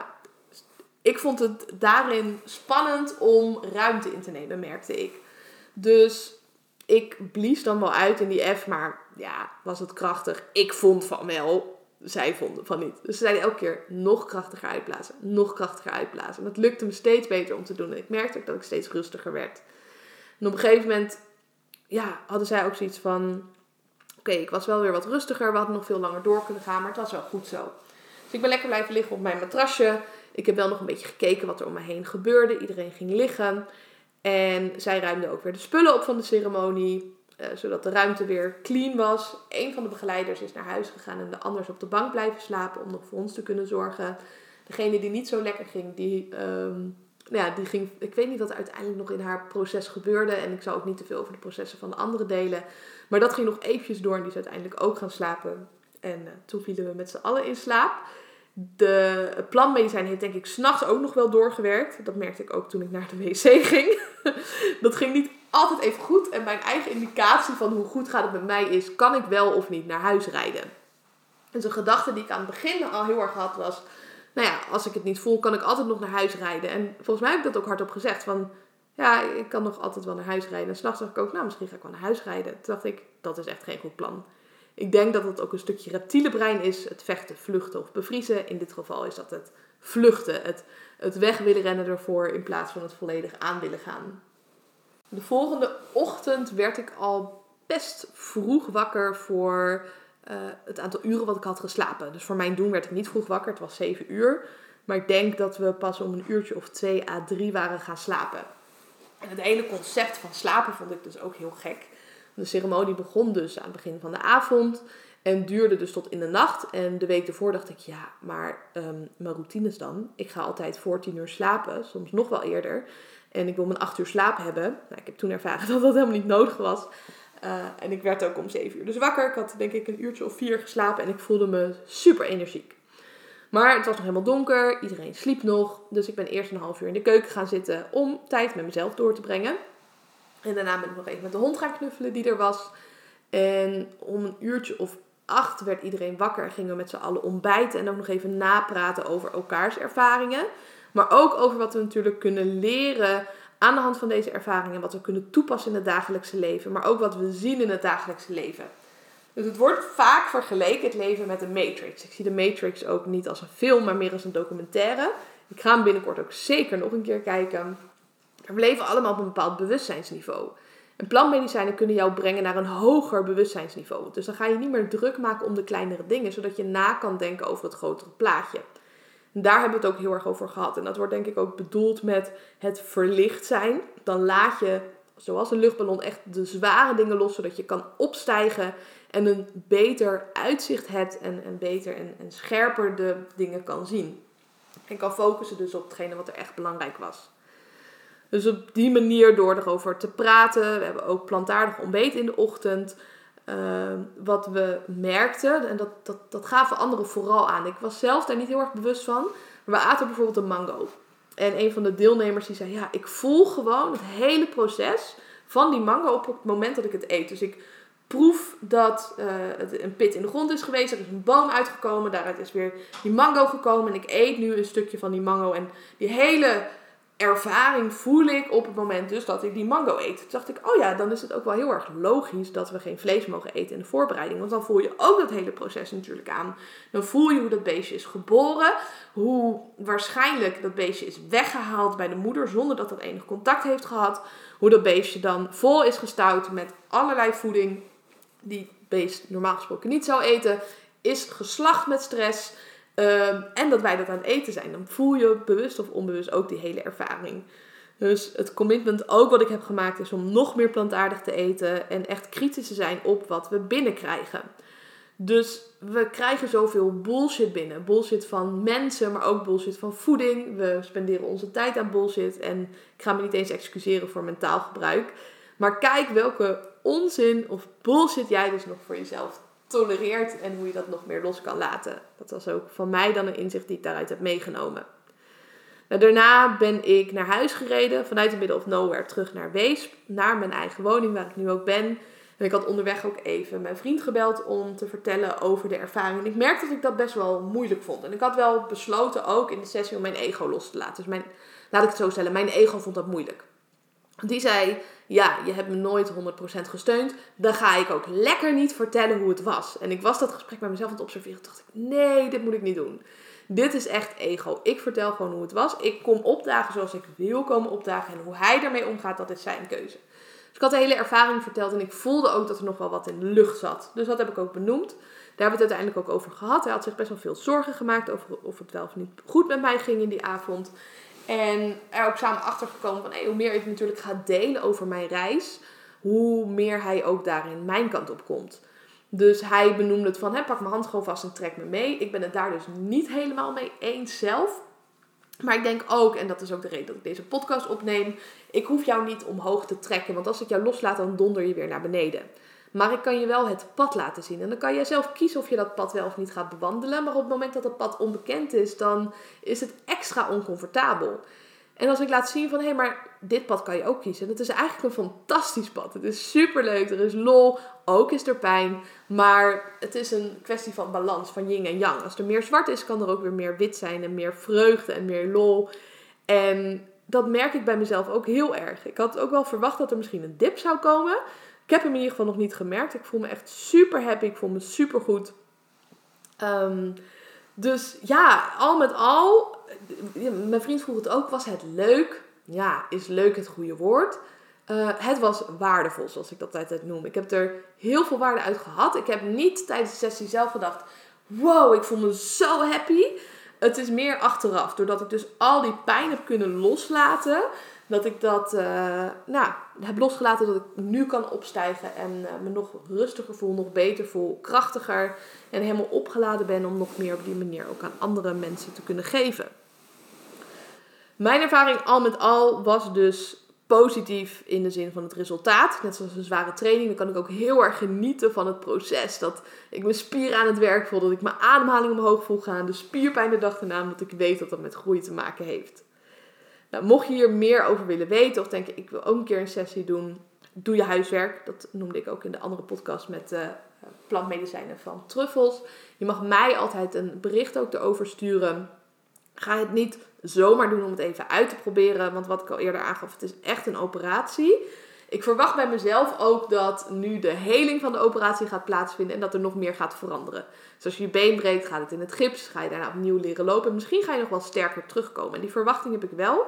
ik vond het daarin spannend om ruimte in te nemen, merkte ik. Dus ik blies dan wel uit in die F, maar ja, was het krachtig? Ik vond van wel, zij vonden van niet. Dus ze zeiden elke keer nog krachtiger uitblazen, nog krachtiger uitblazen. En dat lukte me steeds beter om te doen. En ik merkte ook dat ik steeds rustiger werd. En op een gegeven moment, ja, hadden zij ook zoiets van, oké, okay, ik was wel weer wat rustiger. We hadden nog veel langer door kunnen gaan, maar het was wel goed zo. Dus ik ben lekker blijven liggen op mijn matrasje. Ik heb wel nog een beetje gekeken wat er om me heen gebeurde. Iedereen ging liggen. En zij ruimde ook weer de spullen op van de ceremonie. Uh, zodat de ruimte weer clean was. Een van de begeleiders is naar huis gegaan en de ander is op de bank blijven slapen om nog voor ons te kunnen zorgen. Degene die niet zo lekker ging, die, um, nou ja, die ging... Ik weet niet wat er uiteindelijk nog in haar proces gebeurde. En ik zal ook niet te veel over de processen van de anderen delen. Maar dat ging nog eventjes door en die is uiteindelijk ook gaan slapen. En uh, toen vielen we met z'n allen in slaap. De plantmedicijn heeft denk ik 's nachts ook nog wel doorgewerkt. Dat merkte ik ook toen ik naar de wc ging. Dat ging niet altijd even goed. En mijn eigen indicatie van hoe goed gaat het met mij is, kan ik wel of niet naar huis rijden. En zo'n gedachte die ik aan het begin al heel erg had was, nou ja, als ik het niet voel, kan ik altijd nog naar huis rijden. En volgens mij heb ik dat ook hardop gezegd. Van, ja, ik kan nog altijd wel naar huis rijden. En 's nachts dacht ik ook, nou, misschien ga ik wel naar huis rijden. Toen dacht ik, dat is echt geen goed plan. Ik denk dat het ook een stukje reptiele brein is. Het vechten, vluchten of bevriezen. In dit geval is dat het vluchten. Het, het weg willen rennen ervoor in plaats van het volledig aan willen gaan. De volgende ochtend werd ik al best vroeg wakker voor uh, het aantal uren wat ik had geslapen. Dus voor mijn doen werd ik niet vroeg wakker. Het was zeven uur. Maar ik denk dat we pas om een uurtje of twee à drie waren gaan slapen. En het hele concept van slapen vond ik dus ook heel gek. De ceremonie begon dus aan het begin van de avond en duurde dus tot in de nacht. En de week ervoor dacht ik, ja, maar um, mijn routines dan. Ik ga altijd voor tien uur slapen, soms nog wel eerder. En ik wil mijn acht uur slaap hebben. Nou, ik heb toen ervaren dat dat helemaal niet nodig was. Uh, en ik werd ook om zeven uur dus wakker. Ik had denk ik een uurtje of vier geslapen en ik voelde me super energiek. Maar het was nog helemaal donker, iedereen sliep nog. Dus ik ben eerst een half uur in de keuken gaan zitten om tijd met mezelf door te brengen. En daarna ben ik nog even met de hond gaan knuffelen die er was. En om een uurtje of acht werd iedereen wakker. En gingen we met z'n allen ontbijten. En ook nog even napraten over elkaars ervaringen. Maar ook over wat we natuurlijk kunnen leren aan de hand van deze ervaringen. Wat we kunnen toepassen in het dagelijkse leven. Maar ook wat we zien in het dagelijkse leven. Dus het wordt vaak vergeleken, het leven, met de Matrix. Ik zie de Matrix ook niet als een film, maar meer als een documentaire. Ik ga hem binnenkort ook zeker nog een keer kijken. We leven allemaal op een bepaald bewustzijnsniveau. En plantmedicijnen kunnen jou brengen naar een hoger bewustzijnsniveau. Dus dan ga je niet meer druk maken om de kleinere dingen, zodat je na kan denken over het grotere plaatje. En daar hebben we het ook heel erg over gehad. En dat wordt denk ik ook bedoeld met het verlicht zijn. Dan laat je, zoals een luchtballon, echt de zware dingen los, zodat je kan opstijgen en een beter uitzicht hebt en, en beter en, en scherper de dingen kan zien. En kan focussen dus op hetgene wat er echt belangrijk was. Dus op die manier, door erover te praten. We hebben ook plantaardig ontbeten in de ochtend. Uh, wat we merkten, en dat, dat, dat gaven anderen vooral aan. Ik was zelf daar niet heel erg bewust van. Maar we aten bijvoorbeeld een mango. En een van de deelnemers die zei, ja, ik voel gewoon het hele proces van die mango op het moment dat ik het eet. Dus ik proef dat uh, het een pit in de grond is geweest. Er is een boom uitgekomen. Daaruit is weer die mango gekomen. En ik eet nu een stukje van die mango. En die hele ervaring voel ik op het moment dus dat ik die mango eet. Toen dacht ik, oh ja, dan is het ook wel heel erg logisch dat we geen vlees mogen eten in de voorbereiding. Want dan voel je ook dat hele proces natuurlijk aan. Dan voel je hoe dat beestje is geboren. Hoe waarschijnlijk dat beestje is weggehaald bij de moeder zonder dat dat enig contact heeft gehad. Hoe dat beestje dan vol is gestouwd met allerlei voeding die het beest normaal gesproken niet zou eten. Is geslacht met stress. Uh, en dat wij dat aan het eten zijn. Dan voel je bewust of onbewust ook die hele ervaring. Dus het commitment ook wat ik heb gemaakt is om nog meer plantaardig te eten. En echt kritisch te zijn op wat we binnenkrijgen. Dus we krijgen zoveel bullshit binnen. Bullshit van mensen, maar ook bullshit van voeding. We spenderen onze tijd aan bullshit. En ik ga me niet eens excuseren voor mentaal gebruik. Maar kijk welke onzin of bullshit jij dus nog voor jezelf tolereert en hoe je dat nog meer los kan laten. Dat was ook van mij dan een inzicht die ik daaruit heb meegenomen. Nou, daarna ben ik naar huis gereden, vanuit de middle of nowhere terug naar Weesp, naar mijn eigen woning waar ik nu ook ben. En ik had onderweg ook even mijn vriend gebeld om te vertellen over de ervaring. En ik merkte dat ik dat best wel moeilijk vond. En ik had wel besloten ook in de sessie om mijn ego los te laten. Dus mijn, laat ik het zo stellen, mijn ego vond dat moeilijk. Die zei, ja, je hebt me nooit honderd procent gesteund. Dan ga ik ook lekker niet vertellen hoe het was. En ik was dat gesprek bij mezelf aan het observeren. Toen dacht ik, nee, dit moet ik niet doen. Dit is echt ego. Ik vertel gewoon hoe het was. Ik kom opdagen zoals ik wil komen opdagen. En hoe hij daarmee omgaat, dat is zijn keuze. Dus ik had de hele ervaring verteld. En ik voelde ook dat er nog wel wat in de lucht zat. Dus dat heb ik ook benoemd. Daar hebben we het uiteindelijk ook over gehad. Hij had zich best wel veel zorgen gemaakt over of het wel of niet goed met mij ging in die avond. En er ook samen achter gekomen van hey, hoe meer ik natuurlijk ga delen over mijn reis, hoe meer hij ook daarin mijn kant op komt. Dus hij benoemde het van, hey, pak mijn hand gewoon vast en trek me mee. Ik ben het daar dus niet helemaal mee eens zelf. Maar ik denk ook, en dat is ook de reden dat ik deze podcast opneem, ik hoef jou niet omhoog te trekken. Want als ik jou loslaat, dan donder je weer naar beneden. Maar ik kan je wel het pad laten zien. En dan kan jij zelf kiezen of je dat pad wel of niet gaat bewandelen. Maar op het moment dat het pad onbekend is, dan is het extra oncomfortabel. En als ik laat zien van, hé, hey, maar dit pad kan je ook kiezen. Het is eigenlijk een fantastisch pad. Het is superleuk, er is lol, ook is er pijn. Maar het is een kwestie van balans, van yin en yang. Als er meer zwart is, kan er ook weer meer wit zijn en meer vreugde en meer lol. En dat merk ik bij mezelf ook heel erg. Ik had ook wel verwacht dat er misschien een dip zou komen. Ik heb hem in ieder geval nog niet gemerkt. Ik voel me echt super happy. Ik voel me super goed. Um, dus ja, al met al. Mijn vriend vroeg het ook. Was het leuk? Ja, is leuk het goede woord? Uh, het was waardevol, zoals ik dat altijd noem. Ik heb er heel veel waarde uit gehad. Ik heb niet tijdens de sessie zelf gedacht, wow, ik voel me zo happy. Het is meer achteraf. Doordat ik dus al die pijn heb kunnen loslaten. Dat ik dat uh, nou, heb losgelaten, dat ik nu kan opstijgen en uh, me nog rustiger voel, nog beter voel, krachtiger en helemaal opgeladen ben om nog meer op die manier ook aan andere mensen te kunnen geven. Mijn ervaring al met al was dus positief in de zin van het resultaat. Net zoals een zware training, dan kan ik ook heel erg genieten van het proces. Dat ik mijn spieren aan het werk voel, dat ik mijn ademhaling omhoog voel gaan, de spierpijn de dag erna, omdat ik weet dat dat met groei te maken heeft. Nou, mocht je hier meer over willen weten of denken ik wil ook een keer een sessie doen, doe je huiswerk. Dat noemde ik ook in de andere podcast met uh, plantmedicijnen van truffels. Je mag mij altijd een bericht ook erover sturen. Ga het niet zomaar doen om het even uit te proberen, want wat ik al eerder aangaf, het is echt een operatie. Ik verwacht bij mezelf ook dat nu de heling van de operatie gaat plaatsvinden en dat er nog meer gaat veranderen. Dus als je je been breekt, gaat het in het gips, ga je daarna opnieuw leren lopen en misschien ga je nog wel sterker terugkomen. En die verwachting heb ik wel.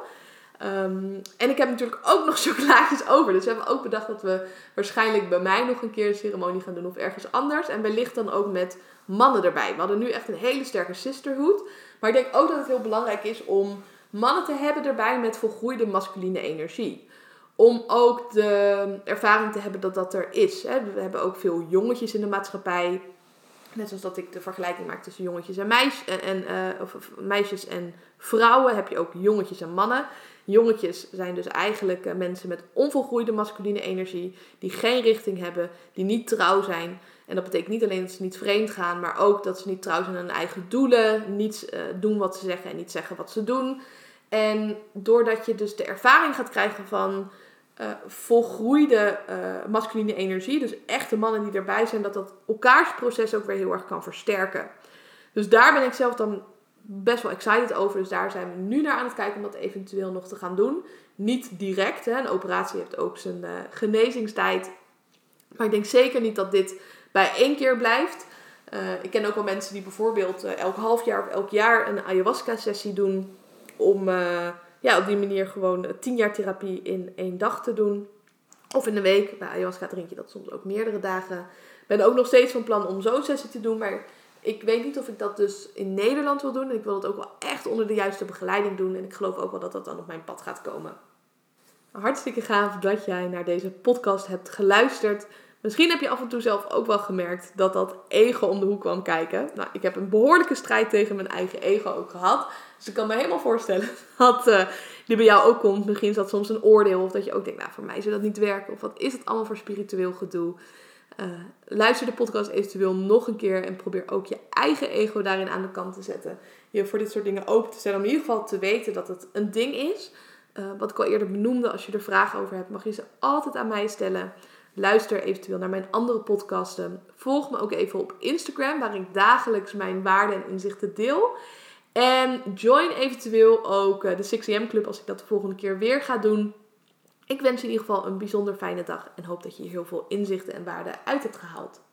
Um, en ik heb natuurlijk ook nog chocolaatjes over. Dus we hebben ook bedacht dat we waarschijnlijk bij mij nog een keer een ceremonie gaan doen of ergens anders. En wellicht dan ook met mannen erbij. We hadden nu echt een hele sterke sisterhood. Maar ik denk ook dat het heel belangrijk is om mannen te hebben erbij met volgroeide masculine energie. Om ook de ervaring te hebben dat dat er is. We hebben ook veel jongetjes in de maatschappij. Net zoals dat ik de vergelijking maak tussen jongetjes en, meis, en, en, uh, of, of meisjes en vrouwen. Heb je ook jongetjes en mannen. Jongetjes zijn dus eigenlijk uh, mensen met onvolgroeide masculine energie. Die geen richting hebben. Die niet trouw zijn. En dat betekent niet alleen dat ze niet vreemd gaan. Maar ook dat ze niet trouw zijn aan hun eigen doelen. Niet uh, doen wat ze zeggen en niet zeggen wat ze doen. En doordat je dus de ervaring gaat krijgen van uh, volgroeide uh, masculine energie. Dus echte mannen die erbij zijn. Dat dat elkaars proces ook weer heel erg kan versterken. Dus daar ben ik zelf dan best wel excited over. Dus daar zijn we nu naar aan het kijken om dat eventueel nog te gaan doen. Niet direct. Hè. Een operatie heeft ook zijn uh, genezingstijd. Maar ik denk zeker niet dat dit bij één keer blijft. Uh, ik ken ook wel mensen die bijvoorbeeld uh, elk half jaar of elk jaar een ayahuasca sessie doen. Om uh, ja, op die manier gewoon uh, tien jaar therapie in één dag te doen. Of in een week. Bij ayahuasca drink je dat soms ook meerdere dagen. Ik ben ook nog steeds van plan om zo'n sessie te doen. Maar ik weet niet of ik dat dus in Nederland wil doen. En ik wil dat ook wel echt onder de juiste begeleiding doen. En ik geloof ook wel dat dat dan op mijn pad gaat komen. Hartstikke gaaf dat jij naar deze podcast hebt geluisterd. Misschien heb je af en toe zelf ook wel gemerkt dat dat ego om de hoek kwam kijken. Nou, ik heb een behoorlijke strijd tegen mijn eigen ego ook gehad. Dus ik kan me helemaal voorstellen dat uh, die bij jou ook komt. Misschien is dat soms een oordeel of dat je ook denkt, nou voor mij zou dat niet werken. Of wat is het allemaal voor spiritueel gedoe. Uh, luister de podcast eventueel nog een keer en probeer ook je eigen ego daarin aan de kant te zetten. Je voor dit soort dingen open te stellen om in ieder geval te weten dat het een ding is. Uh, wat ik al eerder benoemde, als je er vragen over hebt, mag je ze altijd aan mij stellen. Luister eventueel naar mijn andere podcasten. Volg me ook even op Instagram, waar ik dagelijks mijn waarden en inzichten deel. En join eventueel ook de six a.m. Club als ik dat de volgende keer weer ga doen. Ik wens je in ieder geval een bijzonder fijne dag en hoop dat je hier heel veel inzichten en waarden uit hebt gehaald.